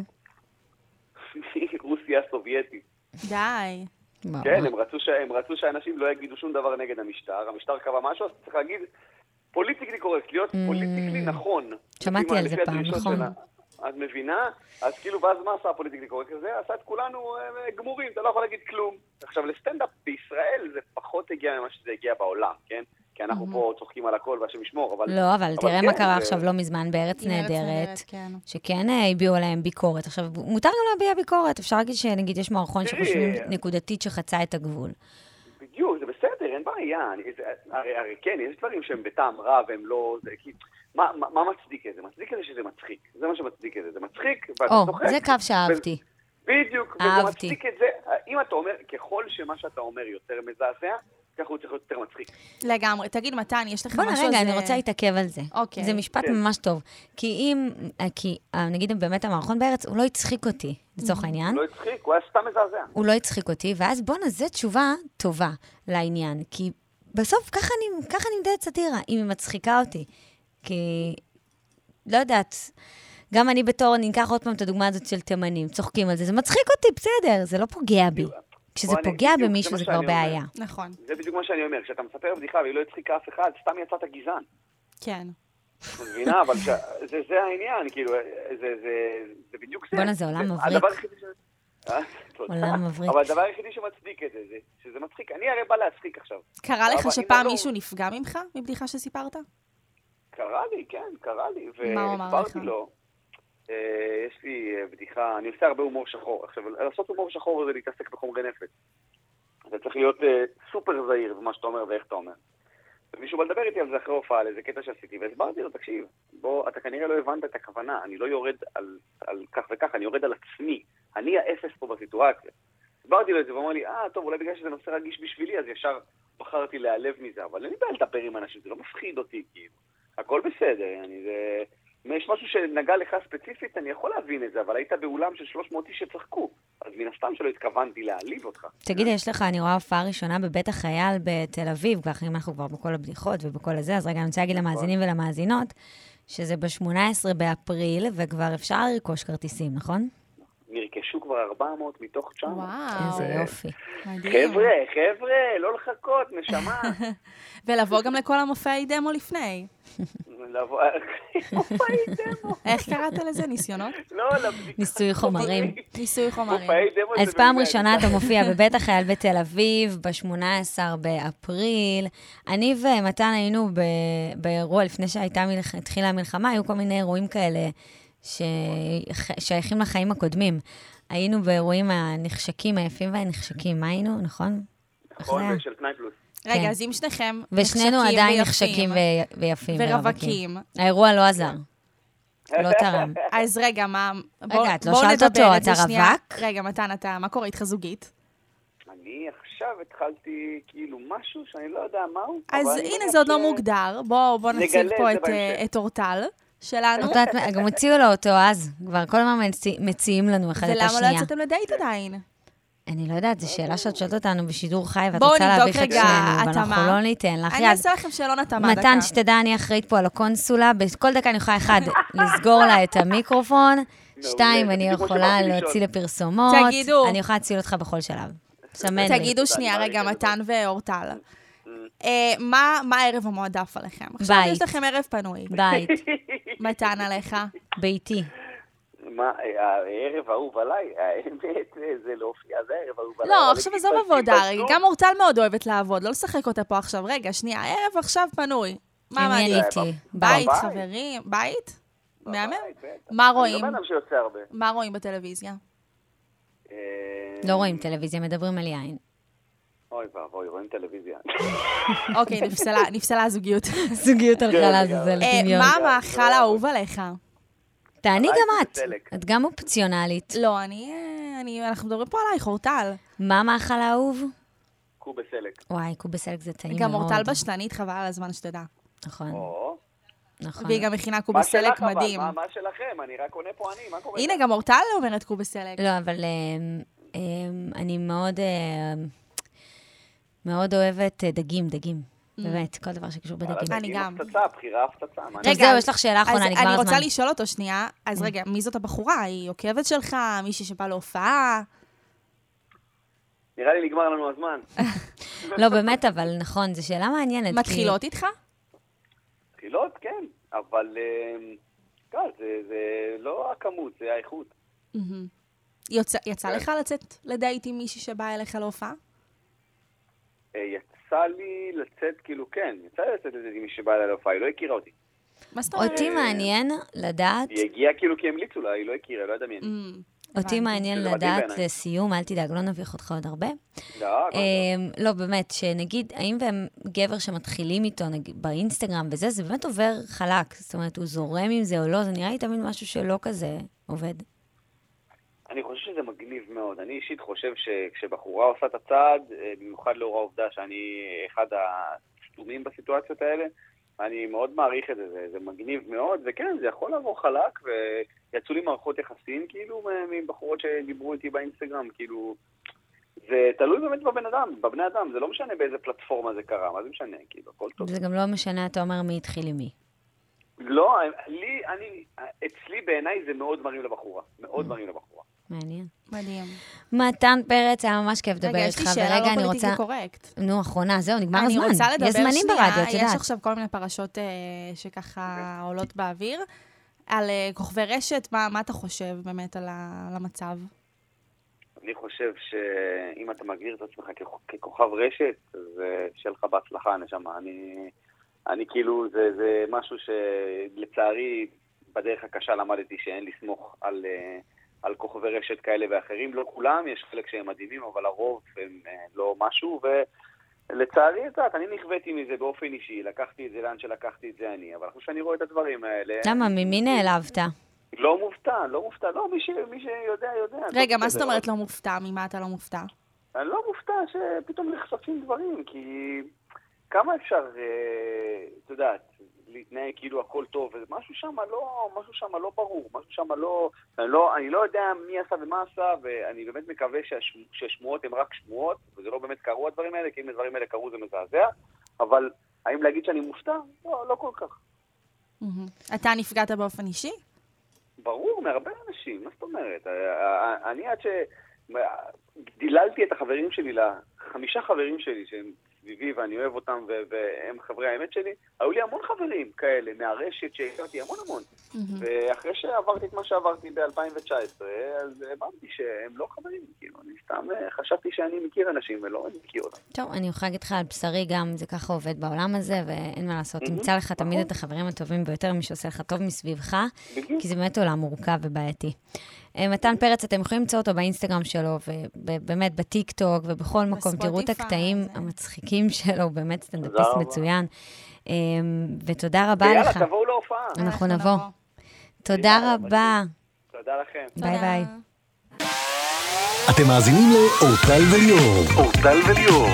רוסיה הסובייטית. די. כן, הם רצו שאנשים לא יגידו שום דבר נגד המשטר. המשטר קבע משהו, אז צריך להגיד פוליטיקלי קורקט, להיות פוליטיקלי נכון. שמעתי על זה פעם, נכון. את מבינה? אז כאילו, ואז מה עשה הפוליטיקלי קורקט הזה? עשה את כולנו גמורים, אתה לא יכול להגיד כלום. עכשיו, לסטנדאפ בישראל זה פחות הגיע ממה שזה הגיע בעולם, כן? כי אנחנו פה צוחקים על הכל והשם ישמור, אבל... לא, אבל תראה מה קרה עכשיו לא מזמן בארץ נהדרת, שכן הביאו עליהם ביקורת. עכשיו, מותר גם להביע ביקורת, אפשר להגיד שנגיד יש מערכון שחושבים נקודתית שחצה את הגבול. בדיוק, זה בסדר, אין בעיה. הרי כן, יש דברים שהם בטעם רע והם לא... מה מצדיק את זה? מצדיק את זה שזה מצחיק. זה מה שמצדיק את זה. זה מצחיק, ואתה צוחק. זה קו שאהבתי. בדיוק, וזה מצדיק את זה. אם אתה אומר, ככל שמה שאתה אומר יותר מזעזע, ככה הוא צריך להיות יותר מצחיק. לגמרי. תגיד, מתן, יש לך משהו... בוא נרגע, אני רוצה להתעכב על זה. אוקיי. זה משפט ממש טוב. כי נגיד באמת המערכון בארץ, הוא לא הצחיק אותי, לצורך העניין. הוא לא הצחיק, הוא היה סתם מזעזע. הוא לא הצחיק אותי, ואז זו תשובה טובה לעניין. כי בסוף ככה אני מדעת סאטירה, אם היא מצחיקה אותי. כי, לא יודעת, גם אני אני אקח עוד פעם את הדוגמה הזאת של תימנים, צוחקים על זה, זה מצחיק אותי, בסדר, זה לא פוגע בי. כשזה פוגע במישהו זה כבר בעיה. נכון. זה בדיוק מה שאני אומר, כשאתה מספר בדיחה והיא לא הצחיקה אף אחד, סתם יצאת גזען. כן. מבינה, אבל זה העניין, כאילו, זה בדיוק זה. בוא'נה, זה עולם מבריק. עולם מבריק. אבל הדבר היחידי שמצדיק את זה, שזה מצחיק. אני הרי בא להצחיק עכשיו. קרה לך שפעם מישהו נפגע ממך, מבדיחה שסיפרת? קרה לי, כן, קרה לי. מה הוא אמר לך? יש לי בדיחה, אני עושה הרבה הומור שחור. עכשיו, לעשות הומור שחור זה להתעסק בחומרי נפץ. אתה צריך להיות סופר זהיר במה שאתה אומר ואיך אתה אומר. ומישהו בא לדבר איתי על זה אחרי הופעה, על איזה קטע שעשיתי, והסברתי לו, תקשיב, בוא, אתה כנראה לא הבנת את הכוונה, אני לא יורד על כך וכך, אני יורד על עצמי. אני האפס פה בסיטואציה. הסברתי לו את זה, ואמר לי, טוב, אולי בגלל שזה נושא רגיש בשבילי, אז ישר בחרתי להיעלב מזה, אבל אין לי בעיה לדבר עם אנשים, זה לא מפחיד אותי, כאילו. הכל בסדר, יש משהו שנגע לך ספציפית, אני יכול להבין את זה, אבל היית באולם של 300 איש שצחקו, אז מן הסתם שלא התכוונתי להעליב אותך. תגיד, יש לך, אני רואה הופעה ראשונה בבית החייל בתל אביב, ככה אם אנחנו כבר בכל הבדיחות ובכל הזה, אז רגע, אני רוצה להגיד למאזינים ולמאזינות, שזה ב-18 באפריל, וכבר אפשר לרכוש כרטיסים, נכון? נרכשו כבר 400 מתוך 900. וואו. איזה יופי. חבר'ה, לא לחכות, נשמה. ולבוא גם לכל המופעי דמו לפני. מופעי דמו. איך קראת לזה? ניסיונות? לא, ניסוי חומרים. ניסוי חומרים. אז פעם ראשונה אתה מופיע בבית החייל בתל אביב, ב-18 באפריל. אני ומתן היינו באירוע, לפני שהתחילה המלחמה, היו כל מיני אירועים כאלה ששייכים לחיים הקודמים. היינו באירועים הנחשקים, היפים והנחשקים. מה היינו, נכון? נכון, של תנאי פלוס. רגע, אז אם שניכם ושנינו עדיין נחשקים ויפים ורווקים. האירוע לא עזר. לא תרם. אז רגע, רגע, את לא שאלת אותו, אתה רווק? רגע, מתן, מה קורה איתך זוגית? אני עכשיו התחלתי כאילו משהו שאני לא יודע מהו. אז הנה, זה עוד לא מוגדר. בוא נציג פה את אורטל שלנו. גם הציעו לו אותו אז, כבר כל הזמן מציעים לנו אחד את השנייה. ולמה לא יצאתם לדייט עדיין? אני לא יודעת, זו שאלה שאת שואלת אותנו בשידור חי, ואת רוצה להביך את שנינו, ואנחנו לא ניתן לך. אני אעשה לכם שאלון התאמה דקה. מתן, שתדע, אני אחראית פה על הקונסולה, בכל דקה אני יכולה אחד, לסגור לה את המיקרופון, 2, אני יכולה להוציא לפרסומות, אני יכולה להציל אותך בכל שלב. תגידו שנייה, רגע, מתן ואורטל. מה הערב המועדף עליכם? עכשיו יש לכם ערב פנוי. בית. מתן עליך? ביתי. מה, הערב אהוב עליי? האמת, זה לא אופיע, זה הערב אהוב עליי. לא, עכשיו עזוב עבודה, גם אורטל מאוד אוהבת לעבוד, לא לשחק אותה פה עכשיו. רגע, שנייה, הערב עכשיו פנוי. מה מעניין? בית, חברים, בית? מהמם? מה רואים? מה רואים בטלוויזיה? לא רואים טלוויזיה, מדברים על יין. אוי ואבוי, רואים טלוויזיה. אוקיי, נפסלה הזוגיות. זוגיות הלכה לעזאזל, דמיון. מה המאכל האהוב עליך? תעני גם את גם אופציונלית. לא, אנחנו מדברים פה עלייך, אורטל. מה המאכל האהוב? קובה סלק. וואי, קובה סלק זה טעים מאוד. גם אורטל בשלנית, חבל על הזמן שתדע. נכון. נכון. והיא גם מכינה קובה סלק מדהים. מה שלכם? אני רק עונה פה מה קורה? הנה, גם אורטל אומרת קובה סלק. לא, אבל אני מאוד אוהבת דגים. באמת, כל דבר שקשור בדגים. אני גם. בחירה הפצצה. רגע, זהו, יש לך שאלה אחרונה, נגמר הזמן. אני רוצה לשאול אותו שנייה, אז רגע, מי זאת הבחורה? היא עוקבת שלך? מישהי שבא להופעה? נראה לי נגמר לנו הזמן. לא, באמת, אבל נכון, זו שאלה מעניינת. מתחילות איתך? מתחילות, כן, אבל זה לא הכמות, זה האיכות. יצא לך לצאת לדייט עם מישהי שבא אליך להופעה? יצא לי לצאת, כאילו, כן, יצא לי לצאת עם מישהי שבא אליי להופעה, היא לא הכירה אותי. מה זאת אומרת? אותי מעניין לדעת... היא הגיעה כאילו כי המליצו לה, היא לא הכירה, היא לא ידעה מי אני. אותי מעניין לדעת לסיום, אל תדאג, לא נביך אותך עוד הרבה. לא, באמת, שנגיד, האם גבר שמתחילים איתו באינסטגרם וזה, זה באמת עובר חלק, זאת אומרת, הוא זורם עם זה או לא, זה נראה לי תמיד משהו שלא כזה עובד. אני חושב שזה מגניב מאוד. אני אישית חושב שכשבחורה עושה את הצעד, במיוחד לאור העובדה שאני אחד הסתומים בסיטואציות האלה, אני מאוד מעריך את זה, זה מגניב מאוד, וכן, זה יכול לעבור חלק, ויצאו לי מערכות יחסים, כאילו, מבחורות שדיברו איתי באינסטגרם, כאילו, זה תלוי באמת בבני אדם, זה לא משנה באיזה פלטפורמה זה קרה, מה זה משנה, כאילו, הכל טוב. זה גם לא משנה, אתה אומר מי התחיל עם מי. לא, אצלי בעיניי זה מאוד מרים לבחורה, מאוד מרים לבחורה. מעניין. מדהים. מתן פרץ, היה ממש כיף לדבר איתך, ורגע אני רוצה... קורקט. נו, אחרונה, זהו, נגמר הזמן. אני רוצה לדבר יש זמנים ברדיו, את יודעת. יש עכשיו כל מיני פרשות שככה עולות באוויר, על כוכבי רשת, מה אתה חושב באמת על המצב? אני חושב שאם אתה מגדיר את עצמך ככוכב רשת, אז שיהיה לך בהצלחה, נשמה. אני כאילו, זה משהו שלצערי, בדרך הקשה למדתי שאין לסמוך על כוכבי רשת כאלה ואחרים. לא כולם, יש חלק שהם מדהימים, אבל הרוב הם לא משהו, ולצערי, אני נכוויתי מזה באופן אישי, לקחתי את זה לאן שלקחתי את זה אני, אבל אחרי שאני רואה את הדברים האלה... למה? ממי נעלבת? לא מופתע, מי שיודע, יודע. רגע, מה זאת אומרת לא מופתע? ממה אתה לא מופתע? אני לא מופתע שפתאום נחשפים דברים, כי כמה אפשר, אתה יודעת, להתנהג כאילו הכל טוב, ומשהו שם לא ברור, משהו שם אני לא יודע מי עשה ומה עשה, ואני באמת מקווה שהשמועות הן רק שמועות, וזה לא באמת קרו הדברים האלה, כי אם הדברים האלה קרו זה מזעזע, אבל האם להגיד שאני מופתע? לא כל כך. אתה נפגעת באופן אישי? ברור, מהרבה אנשים, מה זאת אומרת? אני עד שדיללתי את החברים שלי, 5 חברים שלי שהם סביבי ואני אוהב אותם והם חברי האמת שלי, היו לי המון חברים כאלה מהרשת שהכרתי המון. ואחרי שעברתי את מה שעברתי ב-2019, אז הבנתי שהם לא חברים, כאילו, אני סתם חשבתי שאני מכיר אנשים ולא אני מכיר אותם. טוב, אני יכולה להגיד לך על בשרי גם, זה ככה עובד בעולם הזה, ואין מה לעשות, תמצא לך תמיד את החברים הטובים ביותר, מי שעושה לך טוב מסביבך, כי זה באמת עולם מורכב ובעייתי. מתן פרץ, אתם יכולים למצוא אותו באינסטגרם שלו, ובאמת בטיק טוק, ובכל מקום, תראו את הקטעים המצחיקים שלו, באמת סטנדאפיסט מצוין. ותודה רבה לך. יאללה, תבואו להופעה. אנחנו נבוא. תודה רבה. תודה לכם. ביי ביי. אתם מאזינים לאורטל וליאור.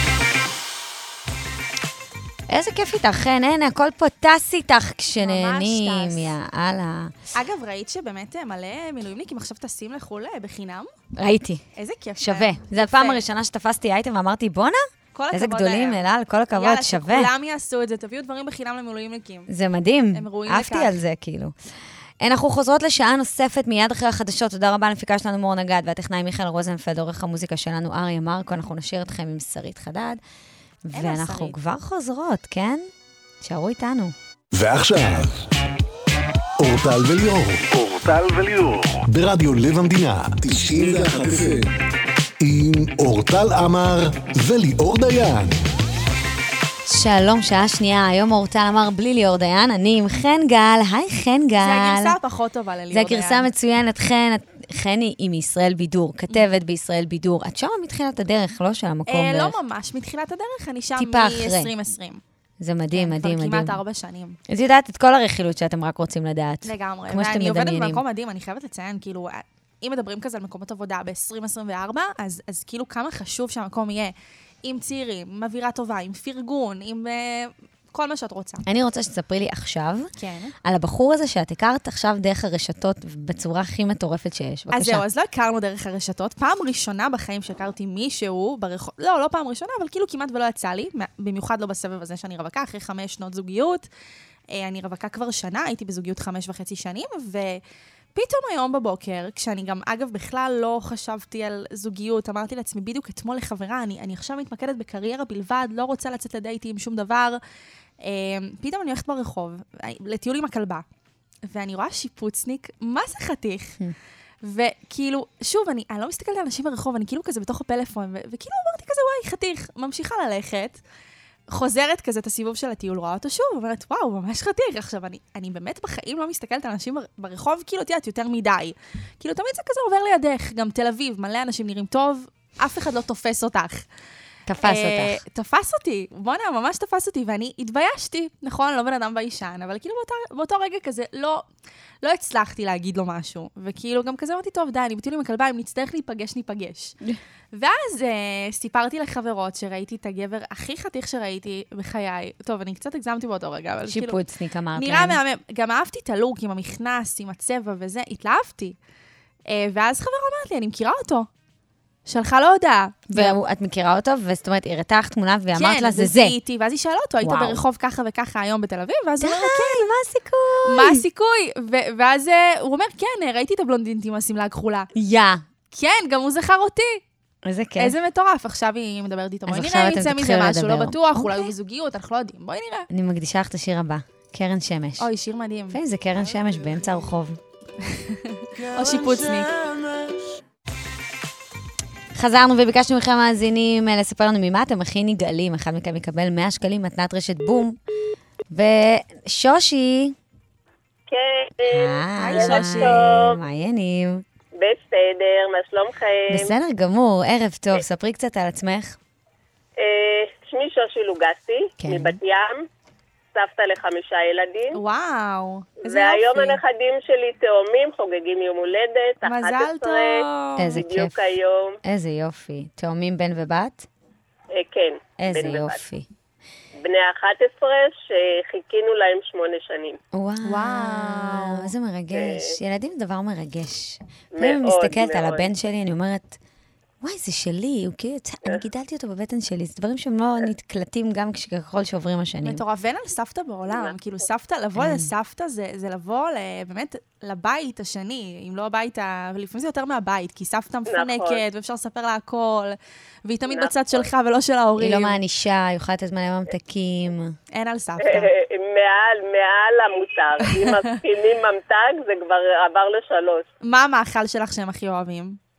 איזה כיף איתך, אין, הכל פה טס איתך כשנהנים, יאללה. אגב, ראית שבאמת מלא מילואימניקים עכשיו טסים לחו"ל בחינם? ראיתי. איזה כיף. שווה. זו הפעם הראשונה שתפסתי אייטם ואמרתי, בונה, איזה גדולים, אלעל, כל הכבוד, שווה. יאללה, שכולם יעשו את זה, תביאו דברים בחינם למילואימניקים. זה מדהים. הם ראויים לכך. אהבתי על זה, כאילו. אנחנו חוזרות לשעה נוספת מיד אחרי החדשות. תודה רבה למפיקה שלנו מור נגד, והטכנאי מיכאל רוזנפלד, עורך המוזיקה שלנו אריה מרקו. אנחנו נשאיר אתכם עם שרית חדד. ואנחנו כבר חוזרות, כן? שערו איתנו. ועכשיו, אורטל וליאור. ברדיו לב המדינה, 91 FM. עם אורטל עמר וליאור דיין. שלום, שעה שנייה. היום אורטל עמר בלי ליאור דיין. אני עם חן גל. היי חן גל. זה הגרסה הפחות טובה לליאור דיין. זה הגרסה מצוינת. חן היא עם ישראל בידור, כתבת בישראל בידור. את שם מתחילת הדרך, לא של המקום דרך? לא ממש מתחילת הדרך, אני שם מ-2020. זה מדהים, מדהים, מדהים. כמעט 4 שנים. אז יודעת את כל הרכילות שאתם רק רוצים לדעת. לגמרי. כמו שאתם מדמיינים. ואני עובדת מדמיינים. במקום מדהים, אני חייבת לציין, כאילו, אם מדברים כזה על מקומות עבודה ב-2024, אז כאילו כמה חשוב שהמקום יהיה עם צעירים, עם אווירה טובה, עם פרגון, עם כל מה שאת רוצה. אני רוצה שתספרי לי עכשיו, כן. על הבחור הזה שאת הכרת עכשיו דרך הרשתות בצורה הכי מטורפת שיש. בבקשה. אז זהו, אז לא הכרנו דרך הרשתות. פעם ראשונה בחיים שהכרתי מישהו ברחוב, לא פעם ראשונה, אבל כאילו כמעט ולא יצא לי, במיוחד לא בסבב הזה שאני רווקה, אחרי 5 שנות זוגיות. אני רווקה כבר שנה, הייתי בזוגיות 5.5 שנים, ופתאום היום בבוקר, כשאני גם, אגב, בכלל לא חשבתי על זוגיות, אמרתי לעצמי בדיוק אתמול לחברה, אני עכשיו מתמקדת בקריירה בלבד, לא רוצה לצאת לדייטים, שום דבר. פתאום אני הולכת ברחוב, לטיול עם הכלבה, ואני רואה שיפוצניק, מה זה חתיך? וכאילו, שוב, אני לא מסתכלת על אנשים ברחוב, אני כאילו כזה בתוך הפלאפון, וכאילו אמרתי כזה, וואי, חתיך, ממשיכה ללכת, חוזרת כזה את הסיבוב של הטיול, רואה אותו שוב, אומרת, וואו, ממש חתיך. עכשיו, אני באמת בחיים לא מסתכלת על אנשים ברחוב, כאילו, תיאת, יותר מדי. כאילו, תמיד זה כזה עובר לידך, גם תל אביב, מלא אנשים נראים טוב, אף אחד לא תופס אותך. תפס אותך. תפס אותי, בוא'נה, ממש תפס אותי, ואני התביישתי, נכון, לא בן אדם ביישן, אבל כאילו באותו רגע כזה, לא הצלחתי להגיד לו משהו, וכאילו גם כזה אמרתי, טוב, די, אני בטיול עם הכלבה, אם נצטרך ניפגש. ואז סיפרתי לחברות שראיתי את הגבר הכי חתיך שראיתי בחיי. טוב, אני קצת הגזמתי באותו רגע, אבל כאילו... שיפוצניק אמרת להם. נראה מהמם. גם אהבתי את הלוק עם המכנס, עם הצבע וזה, התלהבתי. ואז חברה אמרת לי, אני מכירה אותו. שלחה לו הודעה. ואת מכירה אותו, וזאת אומרת, הראתה לך תמונה ואמרת לה, זה זה. כן, ואז היא שאלה אותו, היית ברחוב ככה וככה היום בתל אביב, ואז הוא אומר, כן, מה הסיכוי? מה הסיכוי? ואז הוא אומר, כן, ראיתי את הבלונדינית עם השמלה הכחולה. כן, גם הוא זכר אותי. איזה כיף. איזה מטורף, עכשיו היא מדברת איתו. בואי נראה אם יצא מזה משהו, לא בטוח, אולי הוא בזוגיות, אנחנו לא יודעים. בואי נראה. אני מקדישה לך את השיר הבא, קרן שמש. אוי, שיר מדהים. זה קרן שמש באמצע הרחוב. או שיפוצניק. חזרנו וביקשנו מכם מאזינים לספר לנו ממה אתם הכי נגאלים. אחד מכם יקבל 100 שקלים מתנת רשת בום. ושושי. כן. היי שושי, מה העניינים? בסדר, מה שלומכם? בסדר גמור, ערב טוב. ספרי קצת על עצמך. שמי שושי לוגסי, מבת ים. סבתא ל5 ילדים. וואו, איזה יופי. והיום הנכדים שלי תאומים, חוגגים יום הולדת, 11. מזל טוב. איזה כיף. בדיוק היום. איזה יופי. תאומים בן ובת? כן. איזה יופי. בני 11 שחיכינו להם 8 שנים. וואו, איזה מרגש. ילדים זה דבר מרגש. מאוד, אני מסתכלת על מאוד. הבן שלי, אני אומרת, וואי, זה שלי, אני גידלתי אותו בבטן שלי, זה דברים שהם לא נתקלטים גם ככל שעוברים השנים. מטורף, ואין על סבתא בעולם, כאילו סבתא, לבוא לסבתא זה לבוא באמת לבית השני, אם לא הבית, ולפעמים זה יותר מהבית, כי סבתא מפנקת, ואפשר לספר לה הכל, והיא תמיד בצד שלך ולא של ההורים. היא לא מענישה, היא יכולה לתת מלא ממתקים. אין על סבתא. מעל המותר, אם מפקינים ממתק זה כבר עבר ל3. מה המאכל שלך שהם הכי אוהבים?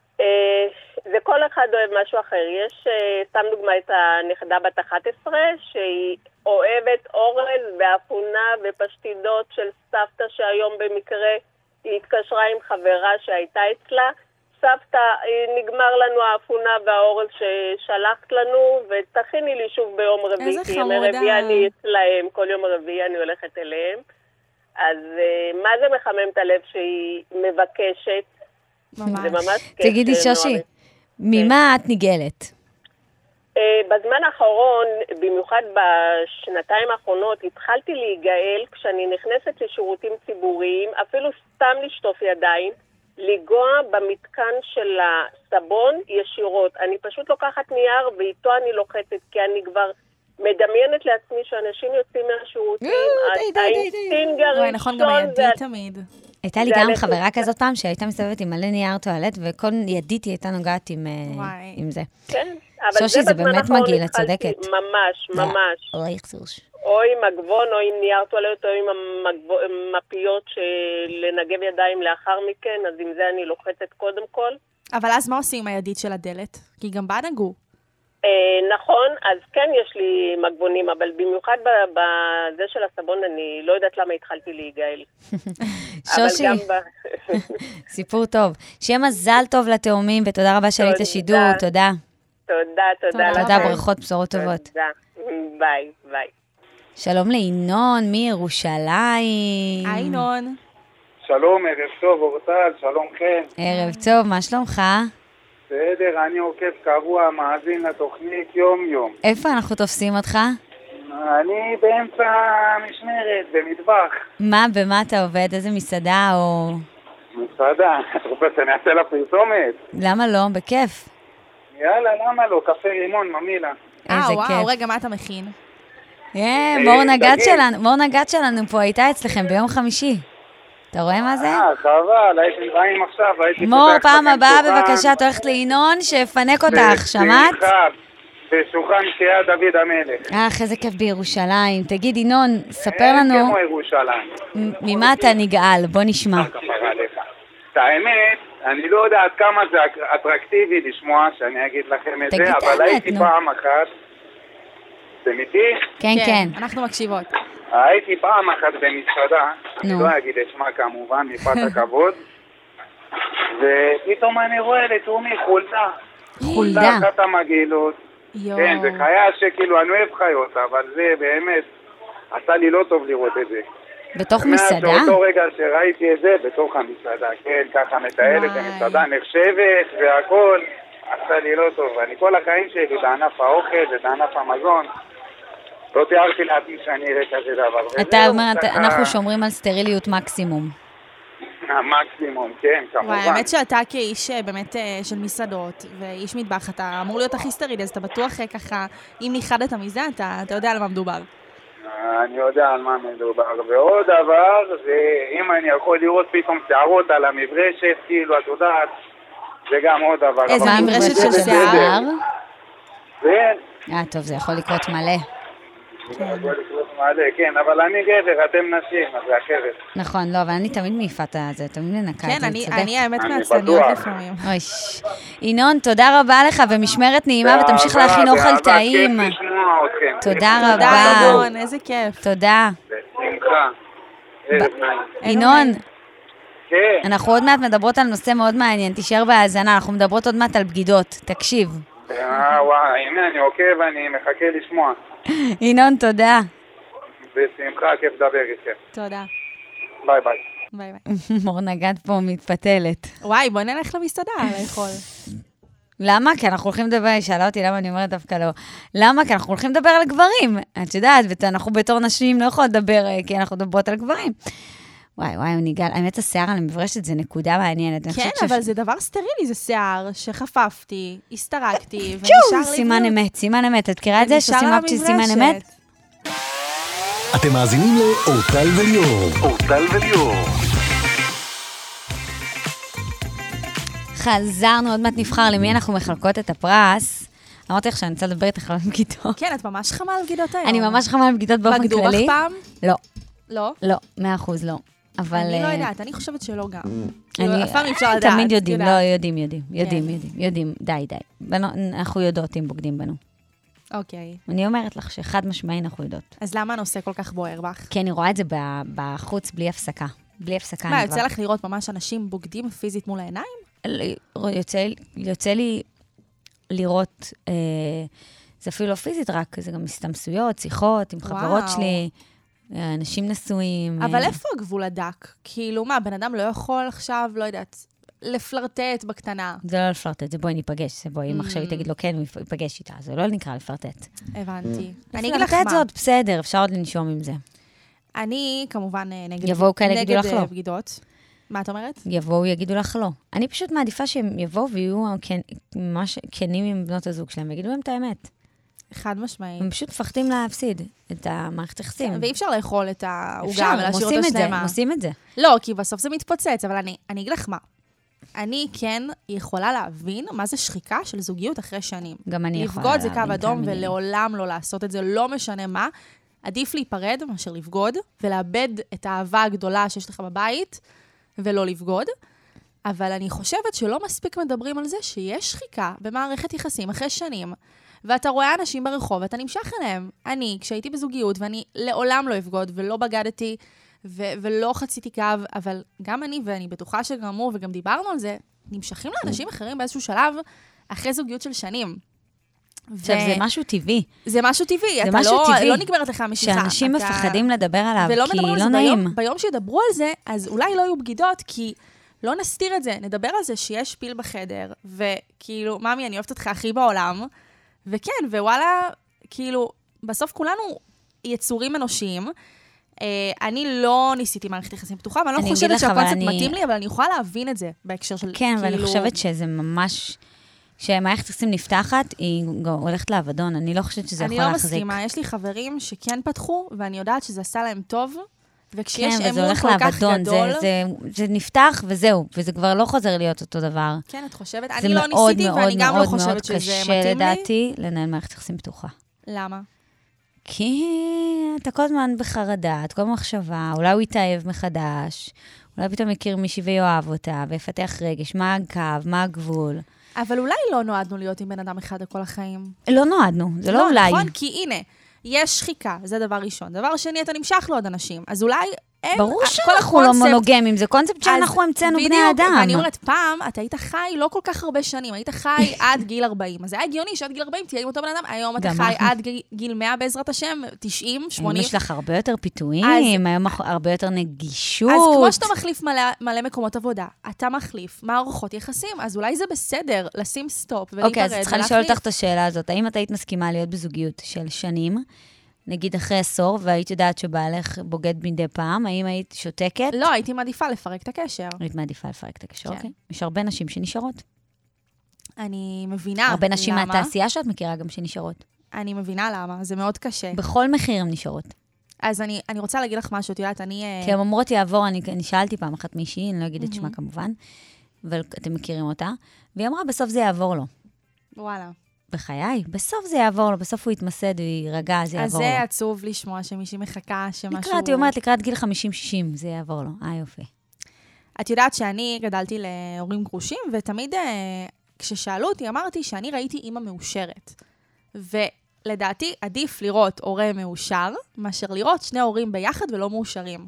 וכל אחד אוהב משהו אחר. יש, סתם דוגמה, את הנכדה בת 11, שהיא אוהבת אורז ואפונה ופשטידות של סבתא, שהיום במקרה היא התקשרה עם חברה שהייתה אצלה. סבתא, נגמר לנו האפונה והאורז ששלחת לנו, ותכיני לי שוב ביום רביעי. איזה חמודה. ימי רביעי אני אצלהם, כל יום רביעי אני הולכת אליהם. אז מה זה מחמם את הלב שהיא מבקשת? זה ממש כיף. תגידי, שושי, ממה את נגאלת? בזמן האחרון, במיוחד בשנתיים האחרונות, התחלתי להיגאל כשאני נכנסת לשירותים ציבוריים, אפילו סתם לשטוף ידיים, לגוע במתקן של הסבון ישירות. אני פשוט לוקחת נייר ואיתו אני לוחצת, כי אני כבר מדמיינת לעצמי שאנשים יוצאים מהשירותים. האינסטינקט הראשון נכון, גם הידי תמיד. הייתה לי גם חברה כזאת פעם שהייתה מסתובבת עם מלא נייר טואלט, וכל ידיתי הייתה נוגעת עם זה. כן, שושי, זה באמת מגעיל, את צודקת. ממש, ממש. או עם מגבון, או עם נייר טואלט, או עם מפיות לנגב ידיים לאחר מכן, אז עם זה אני לוחצת קודם כל. אבל אז מה עושים עם הידית של הדלת? כי גם בה נגעו. נכון, אז כן יש לי מגבונים, אבל במיוחד בזה של הסבון, אני לא יודעת למה התחלתי להיגאל. שושי, סיפור טוב. שיהיה מזל טוב לתאומים, ותודה רבה שעלית השידור, תודה. תודה. תודה, ברכות, בשורות טובות. תודה, ביי. שלום לינון, מירושלים. היי ינון. שלום, ערב טוב, אורטל, שלום חן. ערב טוב, מה שלומך? בסדר, אני עוקב קבוע, מאזין לתוכנית יום-יום. איפה אנחנו תופסים אותך? אני באמצע המשמרת, במטבח. במה אתה עובד? איזה מסעדה או... מסעדה, את רוצה שאני אעשה לה פרסומת? למה לא? בכיף. יאללה, למה לא? קפה רימון, ממילה. איזה כיף. וואו, רגע, מה אתה מכין? מור נגד שלנו פה הייתה אצלכם ביום חמישי. אתה רואה מה זה? חבל, הייתי באים עכשיו, מור, פעם הבאה בבקשה, את הולכת לינון שיפנק אותך, שמעת? בשולחן שיהיה דוד המלך. איזה כיף בירושלים. תגיד, ינון, ספר לנו... כמו ירושלים. ממה אתה נגעל? בוא נשמע. את האמת, אני לא יודע עד כמה זה אטרקטיבי לשמוע שאני אגיד לכם את זה, אבל הייתי פעם אחת... אתם איתי? כן, כן. אנחנו מקשיבות. הייתי פעם אחת במסעדה, אני לא אגיד את שמה כמובן, מפאת הכבוד, ופתאום אני רואה לתומי חולדה. חולדה? אחת המגעילות. כן, זה חיה שכאילו, אני אוהב חיות, אבל זה באמת, עשה לי לא טוב לראות את זה. בתוך מסעדה? מאותו רגע שראיתי את זה, בתוך המסעדה, כן, ככה מטיילת, המסעדה נחשבת והכל, עשה לי לא טוב. אני כל החיים שלי בענף האוכל ובענף המזון, לא תיארתי לעצמי שאני אראה כזה דבר. אתה אומר, אנחנו שומרים על סטריליות מקסימום. מקסימום, כן, כמובן. וואי, האמת שאתה כאיש באמת של מסעדות ואיש מטבח, אתה אמור להיות הכי סטרילי, אז אתה בטוח ככה, אם ניחדת מזה, אתה יודע על מה מדובר. אני יודע על מה מדובר. ועוד דבר, זה אם אני יכול לראות פתאום שערות על המברשת, כאילו, את יודעת, זה גם עוד דבר. איזה מברשת של שיער? כן. טוב, זה יכול לקרות מלא. כן, אבל אני גבר, אתם נשים, אז זה אחרת. נכון, לא, אבל אני תמיד מעיפה את זה, תמיד מנקה את זה, כן, אני האמת מעצלניות לפעמים. ינון, תודה רבה לך, ומשמרת נעימה, ותמשיך להכין אוכל טעים. תודה רבה. תודה, רון, איזה כיף. תודה. בשמחה. ינון, כן. אנחנו עוד מעט מדברות על נושא מאוד מעניין, תישאר בהאזנה, אנחנו מדברות עוד מעט על בגידות, תקשיב. וואי, הנה אני עוקב, אני מחכה לשמוע. ינון, תודה. בשמחה, כיף לדבר איתכם. תודה. ביי ביי. ביי ביי. מור נגד פה מתפתלת. וואי, בוא נלך למסעדה לאכול. למה? כי אנחנו הולכים לדבר, היא שאלה אותי למה אני אומרת דווקא לא. למה? כי אנחנו הולכים לדבר על גברים. את יודעת, ואנחנו בתור נשים לא יכולות לדבר, כי אנחנו מדברות על גברים. וואי, ניגל, האמת השיער על המברשת זה נקודה מעניינת. כן, אבל זה דבר סטרילי, זה שיער שחפפתי, הסתרקתי, ונשאר לי... סימן אמת, סימן אמת. את מכירה את זה שסימנת שסימן אמת? אתם מאזינים לאורטל וליאור. אורטל וליאור. חזרנו, עוד מעט נבחר למי אנחנו מחלקות את הפרס. אמרתי לך שאני רוצה לדבר איתך על בגידות. כן, את ממש חמה על בגידות היום. אני ממש חמה על בגידות באופן כללי. בגדו לך פעם? לא. לא? לא, 100% לא. אבל... אני לא יודעת, אני חושבת שלא גם. אף פעם אפשר לדעת. תמיד יודעים, לא, יודעים. די. אנחנו יודעות אם בוגדים בנו. אוקיי. אני אומרת לך שחד משמעי אנחנו יודעות. אז למה הנושא כל כך בוער בך? כי אני רואה את זה בחוץ בלי הפסקה. בלי הפסקה. מה, יוצא לך לראות ממש אנשים בוגדים פיזית מול העיניים? יוצא לי לראות, זה אפילו לא פיזית רק, זה גם הסתמסויות, שיחות עם חברות שלי, אנשים נשואים. אבל איפה הגבול הדק? כאילו מה, בן אדם לא יכול עכשיו, לא יודעת, לפלרטט בקטנה. זה לא לפלרטט, זה בואי ניפגש, זה בואי, אם עכשיו היא תגיד לו כן, הוא ייפגש איתה, זה לא נקרא לפלרטט. הבנתי. אני אגיד לך מה. לפלרטט זה עוד בסדר, אפשר עוד לנשום עם זה. אני כמובן נגד בגידות. מה את אומרת? יבואו, יגידו לך לא. אני פשוט מעדיפה שהם יבואו ויהיו ממש כנים עם בנות הזוג שלהם, ויגידו להם את האמת. חד משמעית. הם פשוט מפחדים להפסיד את המערכת יחסים. ואי אפשר לאכול את העוגה ולהשאיר אותה שלמה. הם עושים את זה. לא, כי בסוף זה מתפוצץ, אבל אני אגיד לך מה. אני כן יכולה להבין מה זה שחיקה של זוגיות אחרי שנים. גם אני יכולה להבין. לבגוד זה קו אדום ולעולם לא לעשות את זה, לא משנה מה. עדיף להיפרד מאשר לבגוד, ולאבד את האהבה הגדולה שיש לך בבית, ולא לבגוד. אבל אני חושבת שלא מספיק מדברים על זה שיש שחיקה במערכת יחסים אחרי שנים, ואתה רואה אנשים ברחוב ואתה נמשך אליהם. אני, כשהייתי בזוגיות, ואני לעולם לא אבגוד ולא בגדתי, ולא חציתי קו, אבל גם אני, ואני בטוחה שגמור, וגם דיברנו על זה, נמשכים לאנשים אחרים באיזשהו שלב, אחרי זוגיות של שנים. עכשיו, זה משהו טבעי. זה משהו טבעי. זה משהו טבעי. לא נגמרת לך המשיכה. שאנשים מפחדים לדבר עליו, כי לא נעים. ביום שידברו על זה, אז אולי לא יהיו בגידות, כי לא נסתיר את זה. נדבר על זה שיש פיל בחדר, וכאילו, ממי, אני אוהבת אותך הכי בעולם, וכן, ווואלה, כאילו, בסוף כולנו יצורים אנושיים. אני לא ניסיתי מערכת יחסים פתוחה, אבל אני לא חושבת שהקונספט מתאים לי, אבל אני יכולה להבין את זה בהקשר של... כן, ואני חושבת שזה ממש... כשמערכת יחסים נפתחת, היא הולכת לעבדון. אני לא חושבת שזה יכול להחזיק. אני לא מסכימה. יש לי חברים שכן פתחו, ואני יודעת שזה עשה להם טוב, וכשיש אמון כל כך גדול... זה נפתח וזהו, וזה כבר לא חוזר להיות אותו דבר. כן, את חושבת? אני לא ניסיתי, ואני גם לא חושבת שזה מתאים לי. זה מאוד מאוד קשה לדעתי לנהל מערכת יחסים פתוחה. למה? כי אתה כל הזמן בחרדה, את כל מחשבה, אולי הוא יתאהב מחדש, אולי פתאום יכיר מישהי ויואב אותה, ויפתח רגש, מה הקו, מה הגבול. אבל אולי לא נועדנו להיות עם בן אדם אחד לכל החיים. לא נועדנו, זה לא אולי. נכון, כי הנה, יש שחיקה, זה דבר ראשון. דבר שני, אתה נמשך לעוד אנשים. אז אולי ברור שאנחנו לא מונוגמים, זה קונספט שאנחנו המצאנו בני אדם. ואני אומרת, פעם, אתה היית חי לא כל כך הרבה שנים, היית חי עד גיל 40. אז זה היה הגיוני שעד גיל 40 תהיה עם אותו בן אדם, היום אתה חי עד גיל 100 בעזרת השם, 90, 80. יש לך הרבה יותר פיתויים, היום הרבה יותר נגישות. אז כמו שאתה מחליף מלא מקומות עבודה, אתה מחליף מערכות יחסים, אז אולי זה בסדר לשים סטופ ולהתערד. אוקיי, אז צריכה לשאול אותך את השאלה הזאת. האם את היית מסכימה להיות בזוגיות של שנים, נגיד אחרי עשור, והיית יודעת שבעלך בוגד מדי פעם, האם היית שותקת? לא, הייתי מעדיפה לפרק את הקשר. היית מעדיפה לפרק את הקשר, אוקיי. יש הרבה נשים שנשארות. אני מבינה. הרבה נשים מהתעשייה שאת מכירה גם שנשארות. אני מבינה למה, זה מאוד קשה. בכל מחיר הן נשארות. אז אני רוצה להגיד לך משהו, את יודעת, כי הן אומרות יעבור, אני שאלתי פעם אחת מישהי, אני לא אגיד את שמה כמובן, אבל אתם מכירים אותה, והיא אמרה, בסוף זה יעבור לו. וואלה. בחיי, בסוף זה יעבור לו, בסוף הוא יתמסד, הוא יירגע, זה יעבור לו. אז זה עצוב לשמוע שמישהי מחכה, שמשהו... היא אומרת, לקראת גיל 50-60, זה יעבור לו. יופי. את יודעת שאני גדלתי להורים גרושים, ותמיד כששאלו אותי, אמרתי שאני ראיתי אימא מאושרת. ולדעתי, עדיף לראות הורה מאושר, מאשר לראות שני הורים ביחד ולא מאושרים.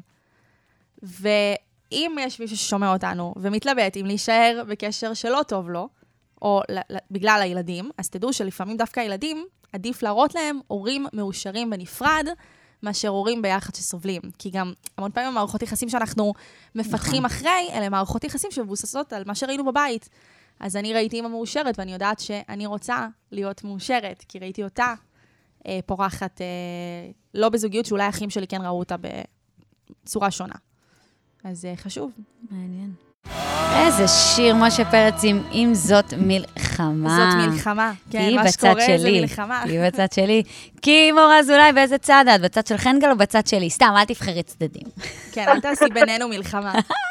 ואם יש מישהו ששומע אותנו, ומתלבט אם להישאר בקשר שלא טוב לו, או בגלל הילדים, אז תדעו שלפעמים דווקא הילדים, עדיף להראות להם הורים מאושרים בנפרד, מאשר הורים ביחד שסובלים. כי גם המון פעמים המערכות יחסים שאנחנו מפתחים אחרי, אלה מערכות יחסים שמבוססות על מה שראינו בבית. אז אני ראיתי אמא מאושרת, ואני יודעת שאני רוצה להיות מאושרת, כי ראיתי אותה פורחת, לא בזוגיות, שאולי האחים שלי כן ראו אותה בצורה שונה. אז זה חשוב. מעניין. איזה שיר, משה פרץ, אם זאת מלחמה. זאת מלחמה, כן, מה שקורה זה מלחמה. היא בצד שלי. כי מור אזולאי, באיזה צד את? בצד של חנגל או בצד שלי? סתם, אל תבחרי צדדים. כן, אל תעשי בינינו מלחמה.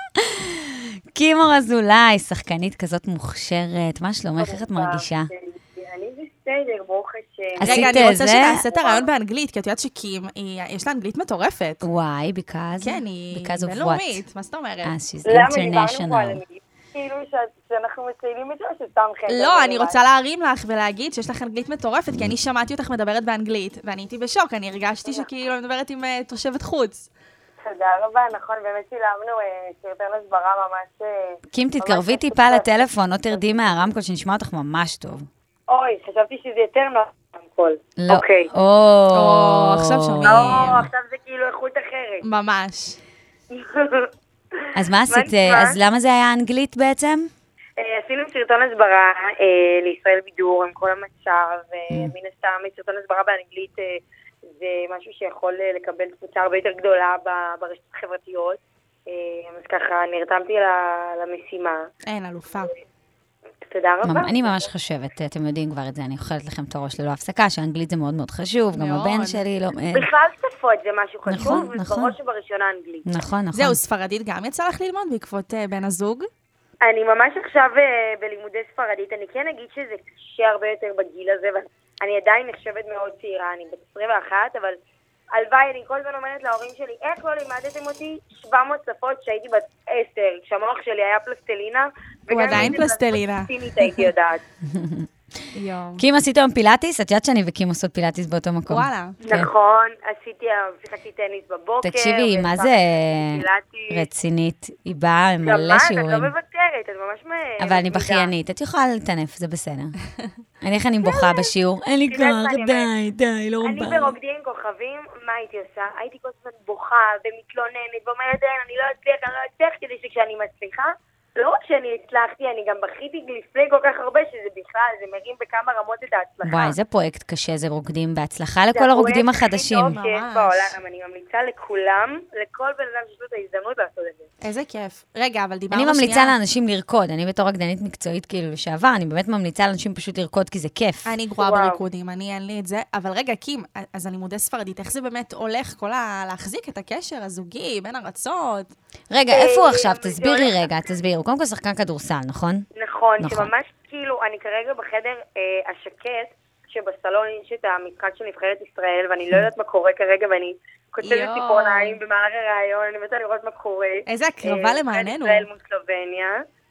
כי מור אזולאי, שחקנית כזאת מוכשרת, מה שלומך? איך את מרגישה? אני בסדר, ברוך השם. רגע, אני רוצה שנעשה את הרעיון באנגלית, כי את יודעת שקים, יש לה אנגלית מטורפת. וואי, because? כן, היא בינלאומית. מה זאת אומרת? she's international. כאילו שאנחנו מציינים את זה, או שסתם חן? לא, אני רוצה להרים לך ולהגיד שיש לך אנגלית מטורפת, כי אני שמעתי אותך מדברת באנגלית, ואני הייתי בשוק, אני הרגשתי שכאילו אני מדברת עם תושבת חוץ. תודה רבה, נכון, באמת צילמנו סרטון הסברה ממש... קים, תתקרבי טיפה לטלפון, או תרדי מהרמקול שנשמע אותך ממש טוב. אוי, חשבתי שזה יותר נוח רמקול. לא. אוקיי. עכשיו שומעים. עכשיו זה כאילו איכות אחרת. ממש. אז מה עשית? אז למה זה היה אנגלית בעצם? עשינו סרטון הסברה לישראל בידור עם כל המצב, מן הסתם סרטון הסברה באנגלית זה משהו שיכול לקבל תפוצה הרבה יותר גדולה ברשתות החברתיות, אז ככה נרתמתי למשימה. אין, אלופה. תודה רבה. אני ממש חושבת, אתם יודעים כבר את זה, אני אוכלת לכם את הראש ללא הפסקה, שאנגלית זה מאוד מאוד חשוב, גם הבן שלי לא... בכלל שפות זה משהו חשוב, ובראש ובראשונה אנגלית. נכון. זהו, ספרדית גם יצא לך ללמוד בעקבות בן הזוג? אני ממש עכשיו בלימודי ספרדית, אני כן אגיד שזה קשה הרבה יותר בגיל הזה, ואני עדיין נחשבת מאוד צעירה, אני בת 21, אבל הלוואי, אני כל הזמן אומרת להורים שלי, איך לא לימדתם אותי 700 שפות שהייתי בת 10, כשהמוח שלי היה פלסטלינה, הוא עדיין פלסטלינה. הייתי יודעת. קים, עשית היום פילאטיס? את יודעת שאני וקים עושות פילאטיס באותו מקום. וואלה. נכון, שיחקתי טניס בבוקר. תקשיבי, מה זה רצינית? היא באה עם מלא שיעורים. את לא מוותרת, את ממש אבל אני בכיינית, את יכולה לטנף, זה בסדר. איך אני בוכה בשיעור? אין לי כוח, די, לא אני ברוקדים עם כוכבים, מה הייתי עושה? הייתי כל הזמן בוכה ומתלוננת, ואומרת, אני לא אצליח, כדי שכשאני מצליחה, לא רק שאני הצלחתי, אני גם בכיתי לפני כל כך הרבה, שזה בכלל, זה מרים בכמה רמות את ההצלחה. וואי, זה פרויקט קשה, זה רוקדים. בהצלחה לכל הרוקדים החדשים. זה הפרויקט הכי טוב שיש בעולם, אני ממליצה לכולם, לכל בן אדם שיש לו את ההזדמנות לעשות את זה. איזה כיף. רגע, אבל דיברנו אני שנייה. ממליצה לאנשים לרקוד, אני בתור רקדנית מקצועית כאילו לשעבר, אני באמת ממליצה לאנשים פשוט לרקוד כי זה כיף. אני גרועה בריקודים, אין לי את זה. אבל רגע, קים, אז הלימודי ספרדית, איך זה באמת הולך להחזיק את הקשר הזוגי בין ארצות? רגע, איפה הוא עכשיו? תסבירי רגע, תסבירי. הוא קודם כל שחקן כדורסל, נכון? נכון, שממש כאילו, אני כרגע בחדר השקט, שבסלון יש את המשחק של נבחרת ישראל, ואני לא יודעת מה קורה כרגע, ואני כותבת ציפורניים במהלך הרעיון, אני רוצה לראות מה קורה. איזה הקרבה למעננו. ישראל מול סלובניה.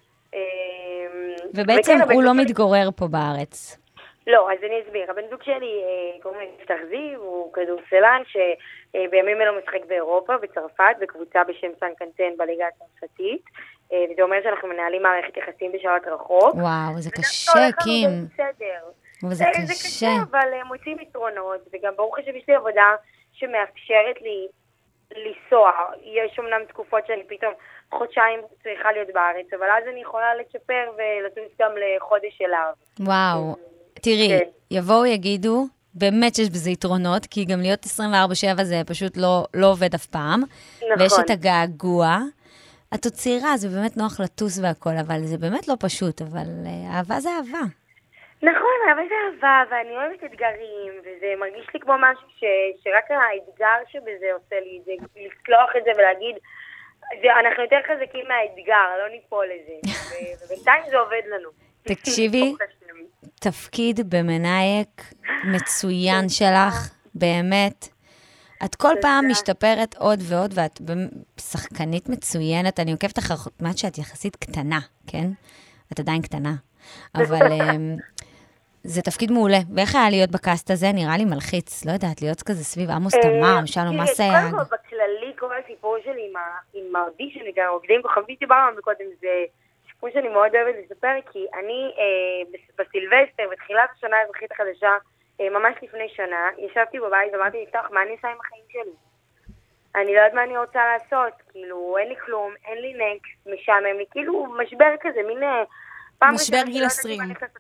ובעצם הוא לא מתגורר פה בארץ. לא, אז אני אסביר. הבן זוג שלי, קוראים לי יפתח זיו, הוא כדורסלן שבימים אלו משחק באירופה, בצרפת, בקבוצה בשם סן קנטן בליגה הצרפתית. וזה אומר שאנחנו מנהלים מערכת יחסים בשלט רחוק. וואו, זה קשה, קים. זה קשה, אבל מוצאים יתרונות, וגם ברוך השם יש לי עבודה שמאפשרת לי לנסוע. יש אמנם תקופות שאני פתאום חודשיים צריכה להיות בארץ, אבל אז אני יכולה לצ'פר ולטוס גם לחודש אליו. וואו, תראי, יבואו יגידו, באמת שיש בזה יתרונות, כי גם להיות 24/7 זה פשוט לא עובד אף פעם. נכון. ויש את הגעגוע. את עוד צעירה, זה באמת נוח לטוס והכל, אבל זה באמת לא פשוט, אבל אהבה זה אהבה. נכון, אהבה זה אהבה, ואני אוהבת אתגרים, וזה מרגיש לי כמו משהו שרק האתגר שבזה עושה לי, זה לצלוח את זה ולהגיד, אנחנו יותר חזקים מהאתגר, לא ניפול לזה, ובינתיים זה עובד לנו. תקשיבי, תפקיד במנהיק מצוין שלך, באמת. את כל פעם משתפרת עוד ועוד, ואת שחקנית מצוינת, אני עוקבת אחר מעט שאת יחסית קטנה, כן? את עדיין קטנה. אבל זה תפקיד מעולה. ואיך היה להיות בקאסט הזה? נראה לי מלחיץ. לא יודעת, להיות כזה סביב עמוס תמם, שלום מסייג. קודם כל, בכללי, כל הסיפור שלי עם האודישן, גם עובדים כוכבית דיברנו מקודם, זה סיפור שאני מאוד אוהבת לספר, כי אני בסילבסטר, בתחילת השנה האזרחית החדשה, ממש לפני שנה, ישבתי בבית ואמרתי, נפתח, מה אני עושה עם החיים שלי? אני לא יודעת מה אני רוצה לעשות, כאילו, אין לי כלום, אין לי נקסט, משעמם לי, כאילו, משבר כזה, מין משבר גיל 20.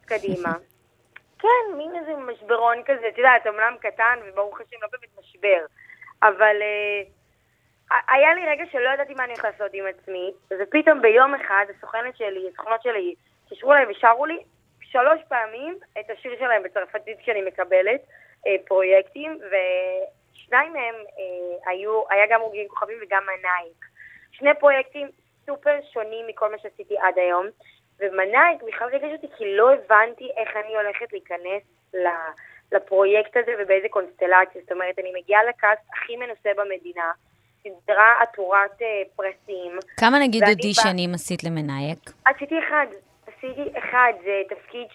כן, מין איזה משברון כזה, אתה יודעת, אומנם קטן, וברוך השם לא באמת משבר, אבל היה לי רגע שלא ידעתי מה אני הולכת לעשות עם עצמי, ופתאום ביום אחד, הסוכנות שלי, תשרו להם ושרו לי, 3 פעמים את השיר שלהם בצרפתית שאני מקבלת פרויקטים, ושניים מהם היה גם רוקדים כוכבים וגם מנהיק. 2 פרויקטים סופר שונים מכל מה שעשיתי עד היום, ומנהיק בכלל ריגש אותי כי לא הבנתי איך אני הולכת להיכנס לפרויקט הזה ובאיזה קונסטלציה. זאת אומרת, אני מגיעה לקאסט הכי מנוסה במדינה, סדרה עטורת פרסים. כמה נגיד אודישנים עשית למנהיק? עשיתי אחד, זה תפקיד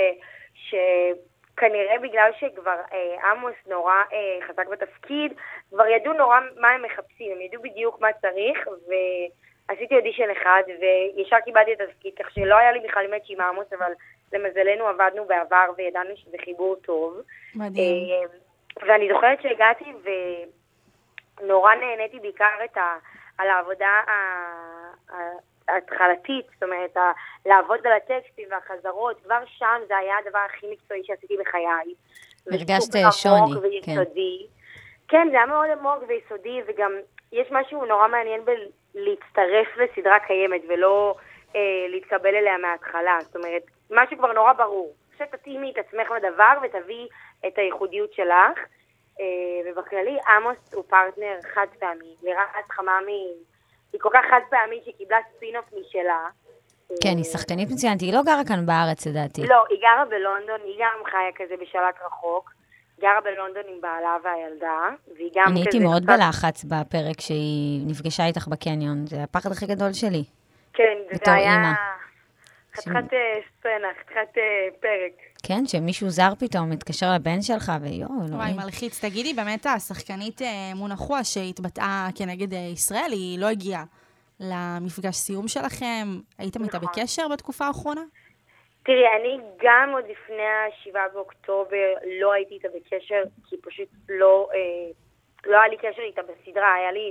שכנראה בגלל שכבר עמוס נורא חזק בתפקיד, כבר ידעו נורא מה הם מחפשים, הם ידעו בדיוק מה צריך, ועשיתי אודישן אחד, וישר קיבלתי את התפקיד, כך שלא היה לי בכלל מאץ' עם עמוס, אבל למזלנו עבדנו בעבר וידענו שזה חיבור טוב. מדהים. ואני זוכרת שהגעתי ונורא נהניתי בעיקר על העבודה ההתחלתית, זאת אומרת, לעבוד על הטקסטים והחזרות, כבר שם זה היה הדבר הכי מקצועי שעשיתי בחיי. הרגשת שוני, כן. כן, זה היה מאוד עמוק ויסודי, וגם יש משהו נורא מעניין להצטרף לסדרה קיימת, ולא להתקבל אליה מההתחלה. זאת אומרת, משהו כבר נורא ברור. שתתאימי את עצמך לדבר ותביא את הייחודיות שלך, ובכללי, עמוס הוא פרטנר חד פעמי, לירז חממי, היא כל כך חד פעמית שקיבלה ספינוף משלה. כן, היא שחקנית מצוינת, היא לא גרה כאן בארץ, לדעתי. לא, היא גרה בלונדון, היא גם חיה כזה בשלט רחוק, גרה בלונדון עם בעלה והילדה, והיא גם אני הייתי מאוד בלחץ בפרק שהיא נפגשה איתך בקניון, זה הפחד הכי גדול שלי. כן, זה היה חתיכת סצנה, חתיכת פרק. כן, שמישהו זר פתאום מתקשר לבן שלך, ויואו, לא וואי, מלחיץ. תגידי, באמת השחקנית מונה חואה שהתבטאה כנגד ישראל, היא לא הגיעה למפגש סיום שלכם. הייתם איתה בקשר בתקופה האחרונה? תראי, אני גם עוד לפני 7 באוקטובר לא הייתי איתה בקשר, כי פשוט לא היה לי קשר איתה בסדרה. היה לי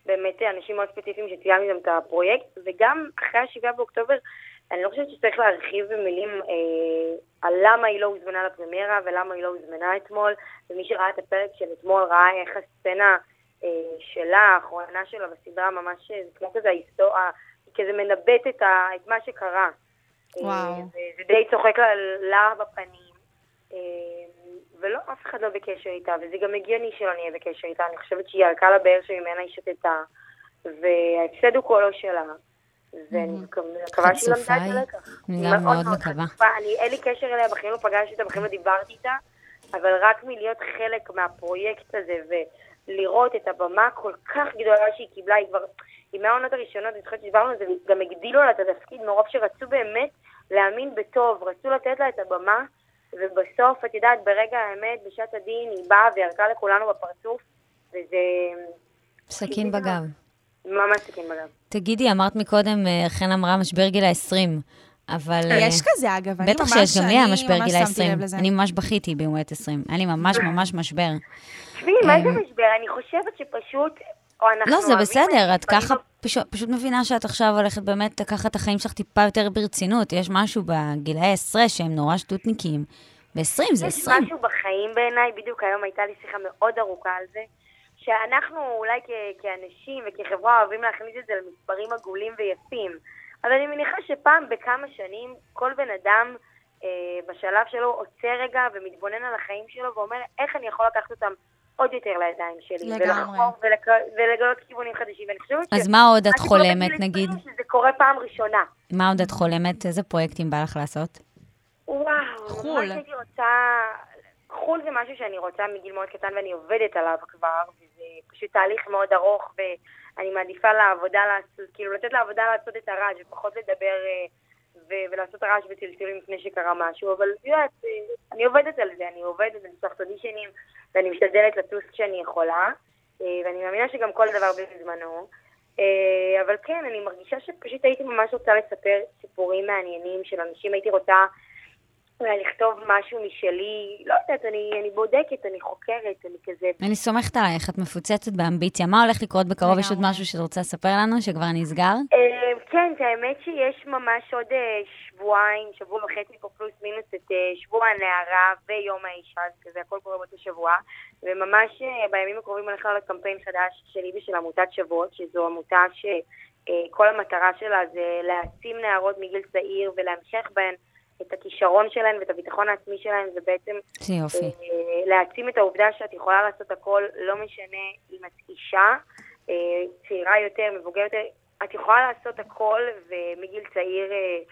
באמת אנשים מאוד ספציפיים שציינו גם את הפרויקט, וגם אחרי 7 באוקטובר, אני לא חושבת שצריך להרחיב במילים על למה היא לא הוזמנה לפרמיירה ולמה היא לא הוזמנה אתמול, ומי שראה את הפרק של אתמול ראה איך הסצנה שלה, האחרונה שלה בסדרה, ממש כמו כזה ההיסטוריה, היא כזה מנבט את מה שקרה. וואו. זה די צוחק לה בפנים, ולא, אף אחד לא בקשר איתה, וזה גם הגיוני שלא נהיה בקשר איתה. אני חושבת שהיא ירקה לבאר שממנה היא שתתה, וההפסד הוא קולו שלה. ואני מקווה שהיא למדה את הלקח. אני גם מאוד מקווה. אין לי קשר אליה, בכלל לא פגשתי אותה, בכלל לא דיברתי איתה, אבל רק מלהיות חלק מהפרויקט הזה, ולראות את הבמה כל כך גדולה שהיא קיבלה, היא מהעונות הראשונות, אני חושבת שדיברנו על זה, גם הגדילו לה את התפקיד, מרוב שרצו באמת להאמין בטוב, רצו לתת לה את הבמה, ובסוף, את יודעת, ברגע האמת, בשעת הדין, היא באה וירקה לכולנו בפרצוף, וזה... סכין בגב. ממש סכין בגב. תגידי, אמרת מקודם, חן אמרה משבר גיל 20, אבל... יש כזה, אגב, אני ממש... בטח שיש גם לי המשבר גיל שמתי 20. לב לזה. אני ממש בכיתי ביומית 20. היה לי ממש ממש משבר. תשמעי, מה זה משבר? אני חושבת שפשוט... לא, זה בסדר, את ככה פשוט מבינה שאת עכשיו הולכת באמת לקחת את החיים שלך טיפה יותר ברצינות. יש משהו בגילאי 10 שהם נורא שטותניקים. ב-20 זה 20. יש משהו בחיים בעיניי, בדיוק היום הייתה לי שיחה מאוד ארוכה על זה, שאנחנו אולי כאנשים וכחברה אוהבים להכניס את זה למספרים עגולים ויפים. אבל אני מניחה שפעם בכמה שנים כל בן אדם בשלב שלו עוצר רגע ומתבונן על החיים שלו ואומר איך אני יכול לקחת אותם עוד יותר לידיים שלי. לגמרי. ולגלות כיוונים חדשים. אז מה עוד את חולמת, נגיד? שזה קורה פעם ראשונה. מה עוד את חולמת? איזה פרויקטים בא לך לעשות? וואו, חול. ממש הייתי רוצה... חול זה משהו שאני רוצה מגיל מאוד קטן ואני עובדת עליו כבר, וזה פשוט תהליך מאוד ארוך, ואני מעדיפה לעבודה לעשות, כאילו לתת לעבודה לעשות את הרעש, ופחות לדבר ולעשות הרעש בצלצולים לפני שקרה משהו, אבל יודעת, אני עובדת על זה, אני עובדת בנצוח אודישנים, ואני משתדלת לטוס כשאני יכולה, ואני מאמינה שגם כל דבר בזמנו, אבל כן, אני מרגישה שפשוט הייתי ממש רוצה לספר סיפורים מעניינים של אנשים, הייתי רוצה אולי לכתוב משהו משלי, לא יודעת, אני בודקת, אני חוקרת, אני כזה... אני סומכת עלייך, את מפוצצת באמביציה. מה הולך לקרות בקרוב? יש עוד משהו שאת רוצה לספר לנו, שכבר נסגר? כן, האמת שיש ממש עוד שבועיים, שבוע וחצי פה פלוס מינוס את שבוע הנערה ויום האישה, כזה הכל קורה באותו שבוע, וממש בימים הקרובים הולך לעלות קמפיין חדש שלי ושל עמותת שוות, שזו עמותה שכל המטרה שלה זה להעצים נערות מגיל צעיר ולהמשך בהן את הכישרון שלהן ואת הביטחון העצמי שלהן, ובעצם להעצים את העובדה שאת יכולה לעשות הכל, לא משנה אם את אישה, צעירה יותר, מבוגרת יותר, את יכולה לעשות הכל, ומגיל צעיר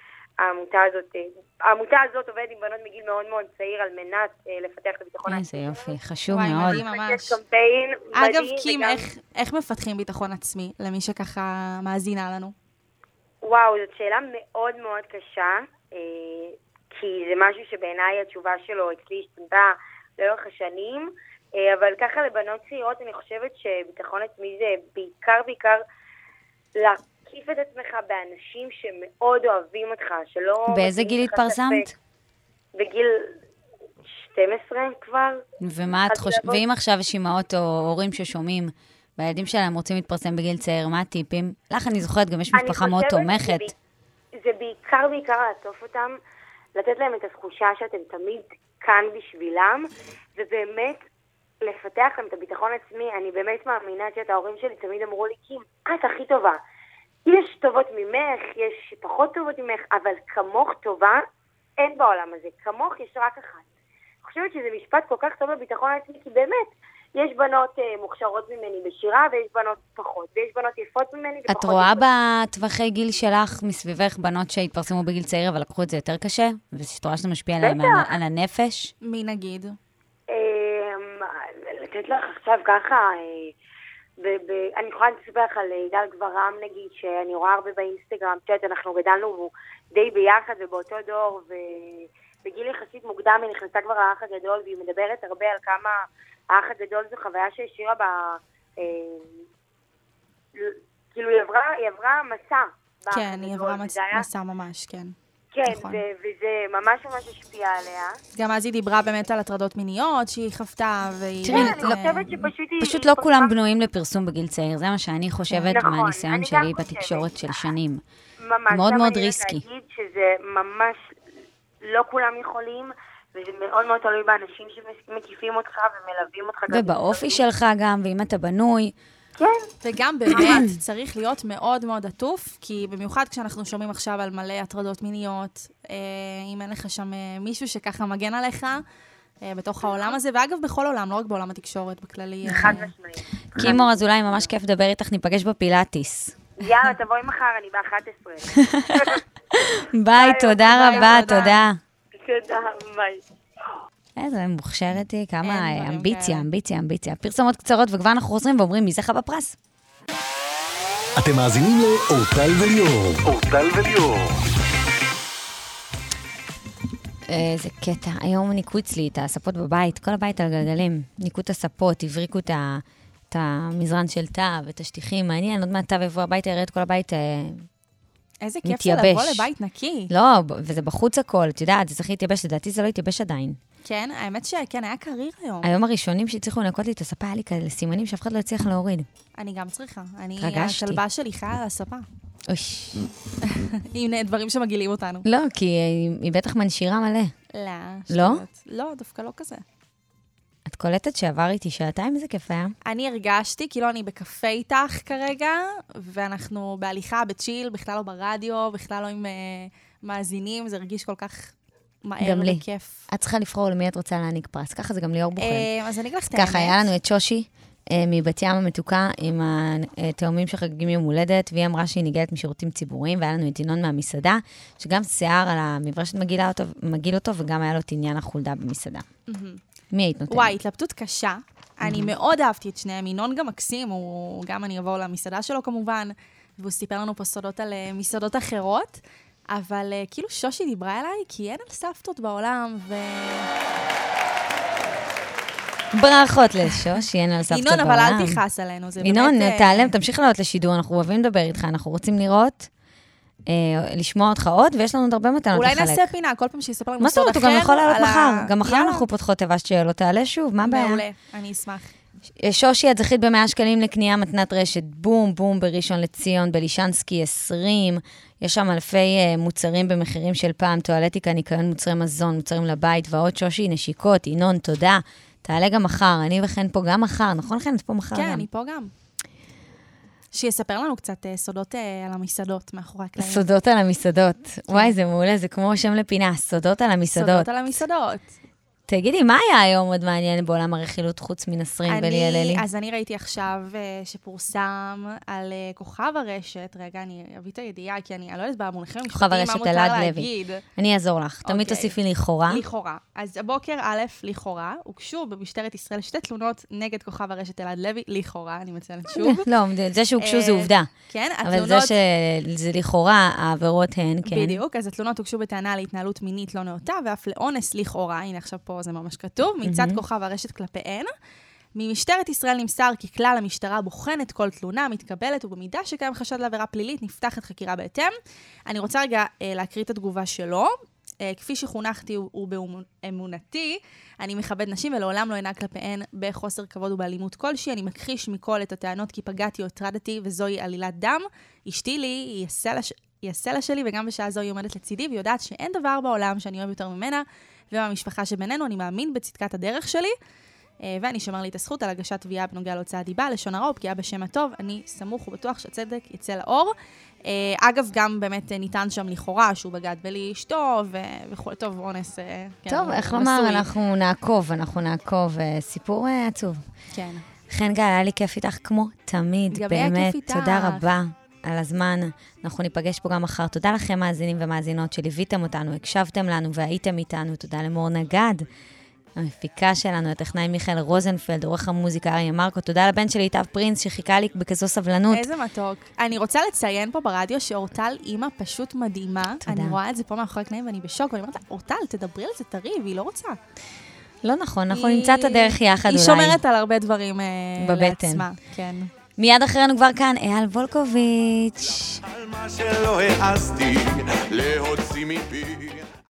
העמותה הזאת עובדת עם בנות מגיל מאוד מאוד צעיר, על מנת לפתח את הביטחון עצמי. איזה יופי, חשוב וואי, מאוד. מדהים ממש. אגב, קים, איך מפתחים ביטחון עצמי, למי שככה מאזינה לנו? וואו, זאת שאלה מאוד מאוד קשה, כי זה משהו שבעיניי התשובה שלו אצלי השתנתה לאורך השנים, אבל ככה לבנות צעירות אני חושבת שביטחון עצמי זה בעיקר להקיף את עצמך באנשים שמאוד אוהבים אותך, שלא... באיזה גיל התפרסמת? בגיל 12 כבר. ומה את חושבת? ואם עכשיו יש אמהות או הורים ששומעים, והילדים שלהם רוצים להתפרסם בגיל צעיר, מה הטיפים? לך אני זוכרת, גם יש משפחה מאוד תומכת. זה בעיקר לעטוף אותם, לתת להם את התחושה שאתם תמיד כאן בשבילם, ובאמת לפתח להם את הביטחון עצמי. אני באמת מאמינה שאת ההורים שלי תמיד אמרו לי, קים, את הכי טובה. יש טובות ממך, יש פחות טובות ממך, אבל כמוך טובה אין בעולם הזה. כמוך יש רק אחת. אני חושבת שזה משפט כל כך טוב לביטחון עצמי, כי באמת, יש בנות מוכשרות ממני בשירה, ויש בנות פחות, ויש בנות יפות ממני ופחות. את רואה בטווחי גיל שלך מסביבך בנות שהתפרסמו בגיל צעיר, אבל לקחו את זה יותר קשה? ושאת רואה שזה משפיע עליהם על הנפש? מי נגיד? לתת לך עכשיו ככה, אני יכולה לספר לך על גל גברם נגיד, שאני רואה הרבה באינסטגרם, אנחנו גדלנו די ביחד ובאותו דור, ובגיל יחסית מוקדם היא נכנסה כבר לאח הגדול, והיא מדברת הרבה על כמה האח הגדול זו חוויה שהשאירה בה, כאילו היא עברה מסע. כן, היא עברה מסע ממש, כן. כן, נכון. וזה ממש ממש השפיע עליה. גם אז היא דיברה באמת על הטרדות מיניות שהיא חפתה, והיא... תראי, אני חושבת שפשוט היא... פשוט לא כולם בנויים לפרסום בגיל צעיר, זה מה שאני חושבת נכון, מהניסיון אני שלי גם בתקשורת חושבת. של שנים. ממש, מאוד גם מאוד אני ריסקי. יודעת להגיד שזה ממש לא כולם יכולים, וזה מאוד מאוד תלוי באנשים שמקיפים אותך ומלווים אותך. ובאופי שלך גם, ואם אתה בנוי. כן. וגם באמת צריך להיות מאוד מאוד עטוף, כי במיוחד כשאנחנו שומעים עכשיו על מלא הטרדות מיניות, אם אין לך שם מישהו שככה מגן עליך בתוך העולם הזה, ואגב בכל עולם, לא רק בעולם התקשורת בכללי. חד משמעית. קימור, אז אולי ממש כיף לדבר איתך, ניפגש בפילאטיס. יאללה, תבואי מחר, אני ב-11. ביי, תודה רבה, תודה. תודה, ביי. איזה מוכשרת היא, כמה אין דברים אמביציה, כאלה. אמביציה, אמביציה. פרסומות קצרות, וכבר אנחנו חוזרים ואומרים, מי זכה בפרס? אתם מאזינים לאורטל וליאור. אורטל וליאור. איזה קטע. היום ניקו אצלי את הספות בבית, כל הבית על גלגלים. ניקו את הספות, הבריקו את המזרן של תא ואת השטיחים. מעניין, עוד מעט תא ויבוא הביתה, יראה את כל הבית איזה כיף מתייבש. זה לבוא לבית נקי. לא, וזה בחוץ הכל, את יודעת, זה צריך להתייבש, לדעתי זה לא התייבש עדיין. כן, האמת שכן, היה קריר היום. היום הראשונים שהצליחו לנקות לי את הספה, היה לי כאלה סימנים שאף אחד לא הצליח להוריד. אני גם צריכה. התרגשתי. הכלבה שלי חיה על הספה. אוש. עם דברים שמגעילים אותנו. לא, כי היא בטח מנשירה מלא. לא? לא? לא, דווקא לא כזה. את קולטת שעבר איתי שעתיים, איזה כיף היה. אני הרגשתי, כאילו אני בקפה איתך כרגע, ואנחנו בהליכה, בצ'יל, בכלל לא ברדיו, בכלל לא עם מאזינים, זה הרגיש כל כך מהר גם לי. וכיף. את צריכה לבחור למי את רוצה להעניק פרס, ככה זה גם ליאור בוחר. אז אני אגיד לך את האמת. ככה, היה לנו את שושי מבת ים המתוקה עם התאומים שחגגים יום הולדת, והיא אמרה שהיא ניגלת משירותים ציבוריים, והיה לנו את ינון מהמסעדה, שגם שיער על המברשת מגיל אותו, וגם היה לו את עניין החולדה במסעדה. מי היית נותנת? וואי, התלבטות קשה. אני מאוד אהבתי את שניהם. ינון גם מקסים, גם אני אבוא למסעדה שלו כמובן, והוא סיפר לנו פה סודות על מסעדות אחרות, אבל כאילו שושי דיברה אליי, כי אין על סבתות בעולם, ברכות לשושי, אין על סבתות בעולם. ינון, אבל אל תכעס עלינו, זה באמת... ינון, תעלם, תמשיך לעלות לשידור, אנחנו אוהבים לדבר איתך, אנחנו רוצים לראות, לשמוע אותך עוד, ויש לנו עוד הרבה מתנות לחלק. אולי נעשה פינה, כל פעם שיספר לנו מה סוד זאת אחר. אומרת, הוא גם יכול לעלות מחר. גם מחר יאללה. אנחנו פותחות תיבת שאלות, תעלה שוב, מה הבעיה? מעולה, אני אשמח. שושי, את זכית ב100 שקלים לקנייה מתנת רשת בום בום בראשון לציון, בלישנסקי 20. יש שם אלפי מוצרים במחירים של פעם, טואלטיקה, ניקיון, מוצרי מזון, מוצרים לבית, ועוד שושי, נשיקות, ינון, תודה. תעלה גם מחר, אני וכן פה גם מחר, נכון לכן? את פה מחר גם. כן, אני פה גם. שיספר לנו קצת סודות על המסעדות מאחורי הקלעים. סודות על המסעדות. וואי, זה מעולה, זה כמו שם לפינה, סודות על המסעדות. סודות על המסעדות. תגידי, מה היה היום עוד מעניין בעולם הרכילות חוץ מנסרים וליאללי? אז אני ראיתי עכשיו שפורסם על כוכב הרשת, רגע, אני אביא את הידיעה, כי אני לא יודעת במונחים המשפטיים מה מותר להגיד. אני אעזור לך, תמיד תוסיפי לכאורה. לכאורה. אז הבוקר א', לכאורה, הוגשו במשטרת ישראל 2 תלונות נגד כוכב הרשת אלעד לוי, לכאורה, אני מציינת שוב. לא, זה שהוגשו זה עובדה. כן, אבל זה שזה לכאורה, העבירות הן, כן. בדיוק, אז התלונות הוגשו בטענה להתנהלות מינית לא נאותה, ואף לאונס לכאורה, הנה עכשיו פה זה ממש כתוב, מצד כוכב הרשת כלפיהן. ממשטרת ישראל נמסר כי כלל המשטרה בוחנת כל תלונה, מתקבלת, ובמידה שקיים חשד לעבירה פלילית, נפתחת חקירה בהתאם. אני רוצה רגע להקריא את התגובה שלו. כפי שחונכתי ובאמונתי, אני מכבד נשים ולעולם לא אנהג כלפיהן בחוסר כבוד ובאלימות כלשהי. אני מכחיש מכל את הטענות כי פגעתי או הטרדתי, וזוהי עלילת דם. אשתי לי, היא הסלע שלי, וגם בשעה זו היא עומדת לצידי, והיא יודעת שאין דבר בעולם שאני אוהב יותר ממנה, ובמשפחה שבינינו אני מאמין בצדקת הדרך שלי, ואני שמר לי את הזכות על הגשת תביעה בנוגע להוצאת דיבה, לשון הרע ופגיעה בשם הטוב. אני סמוך ובטוח שהצדק יצא לאור. אגב, גם באמת ניתן שם לכאורה שהוא בגד בלי אשתו, וכו', טוב, אונס. טוב, איך לומר, אנחנו נעקוב, סיפור עצוב. כן. חן גל, היה לי כיף איתך כמו תמיד, באמת, תודה רבה על הזמן. אנחנו ניפגש פה גם מחר. תודה לכם מאזינים ומאזינות שליוויתם אותנו, הקשבתם לנו והייתם איתנו. תודה למור נגד, המפיקה שלנו, הטכנאי מיכאל רוזנפלד, עורך המוזיקה אריה מרקו. תודה לבן שלי איתב פרינס שחיכה לי בכזו סבלנות. איזה מתוק. אני רוצה לציין פה ברדיו שאורטל אימא פשוט מדהימה. תודה. אני רואה את זה פה מאחורי הקלעים ואני בשוק, ואני אומרת לה, אורטל, תדברי על זה תריב, היא לא רוצה. לא נכון, אנחנו נמצא את הדרך יחד אולי. היא שומרת על הרבה דברים בבטן. לעצמה, כן. מיד אחרינו כבר כאן, אייל וולקוביץ'. על מה שלא העזתי להוציא מפי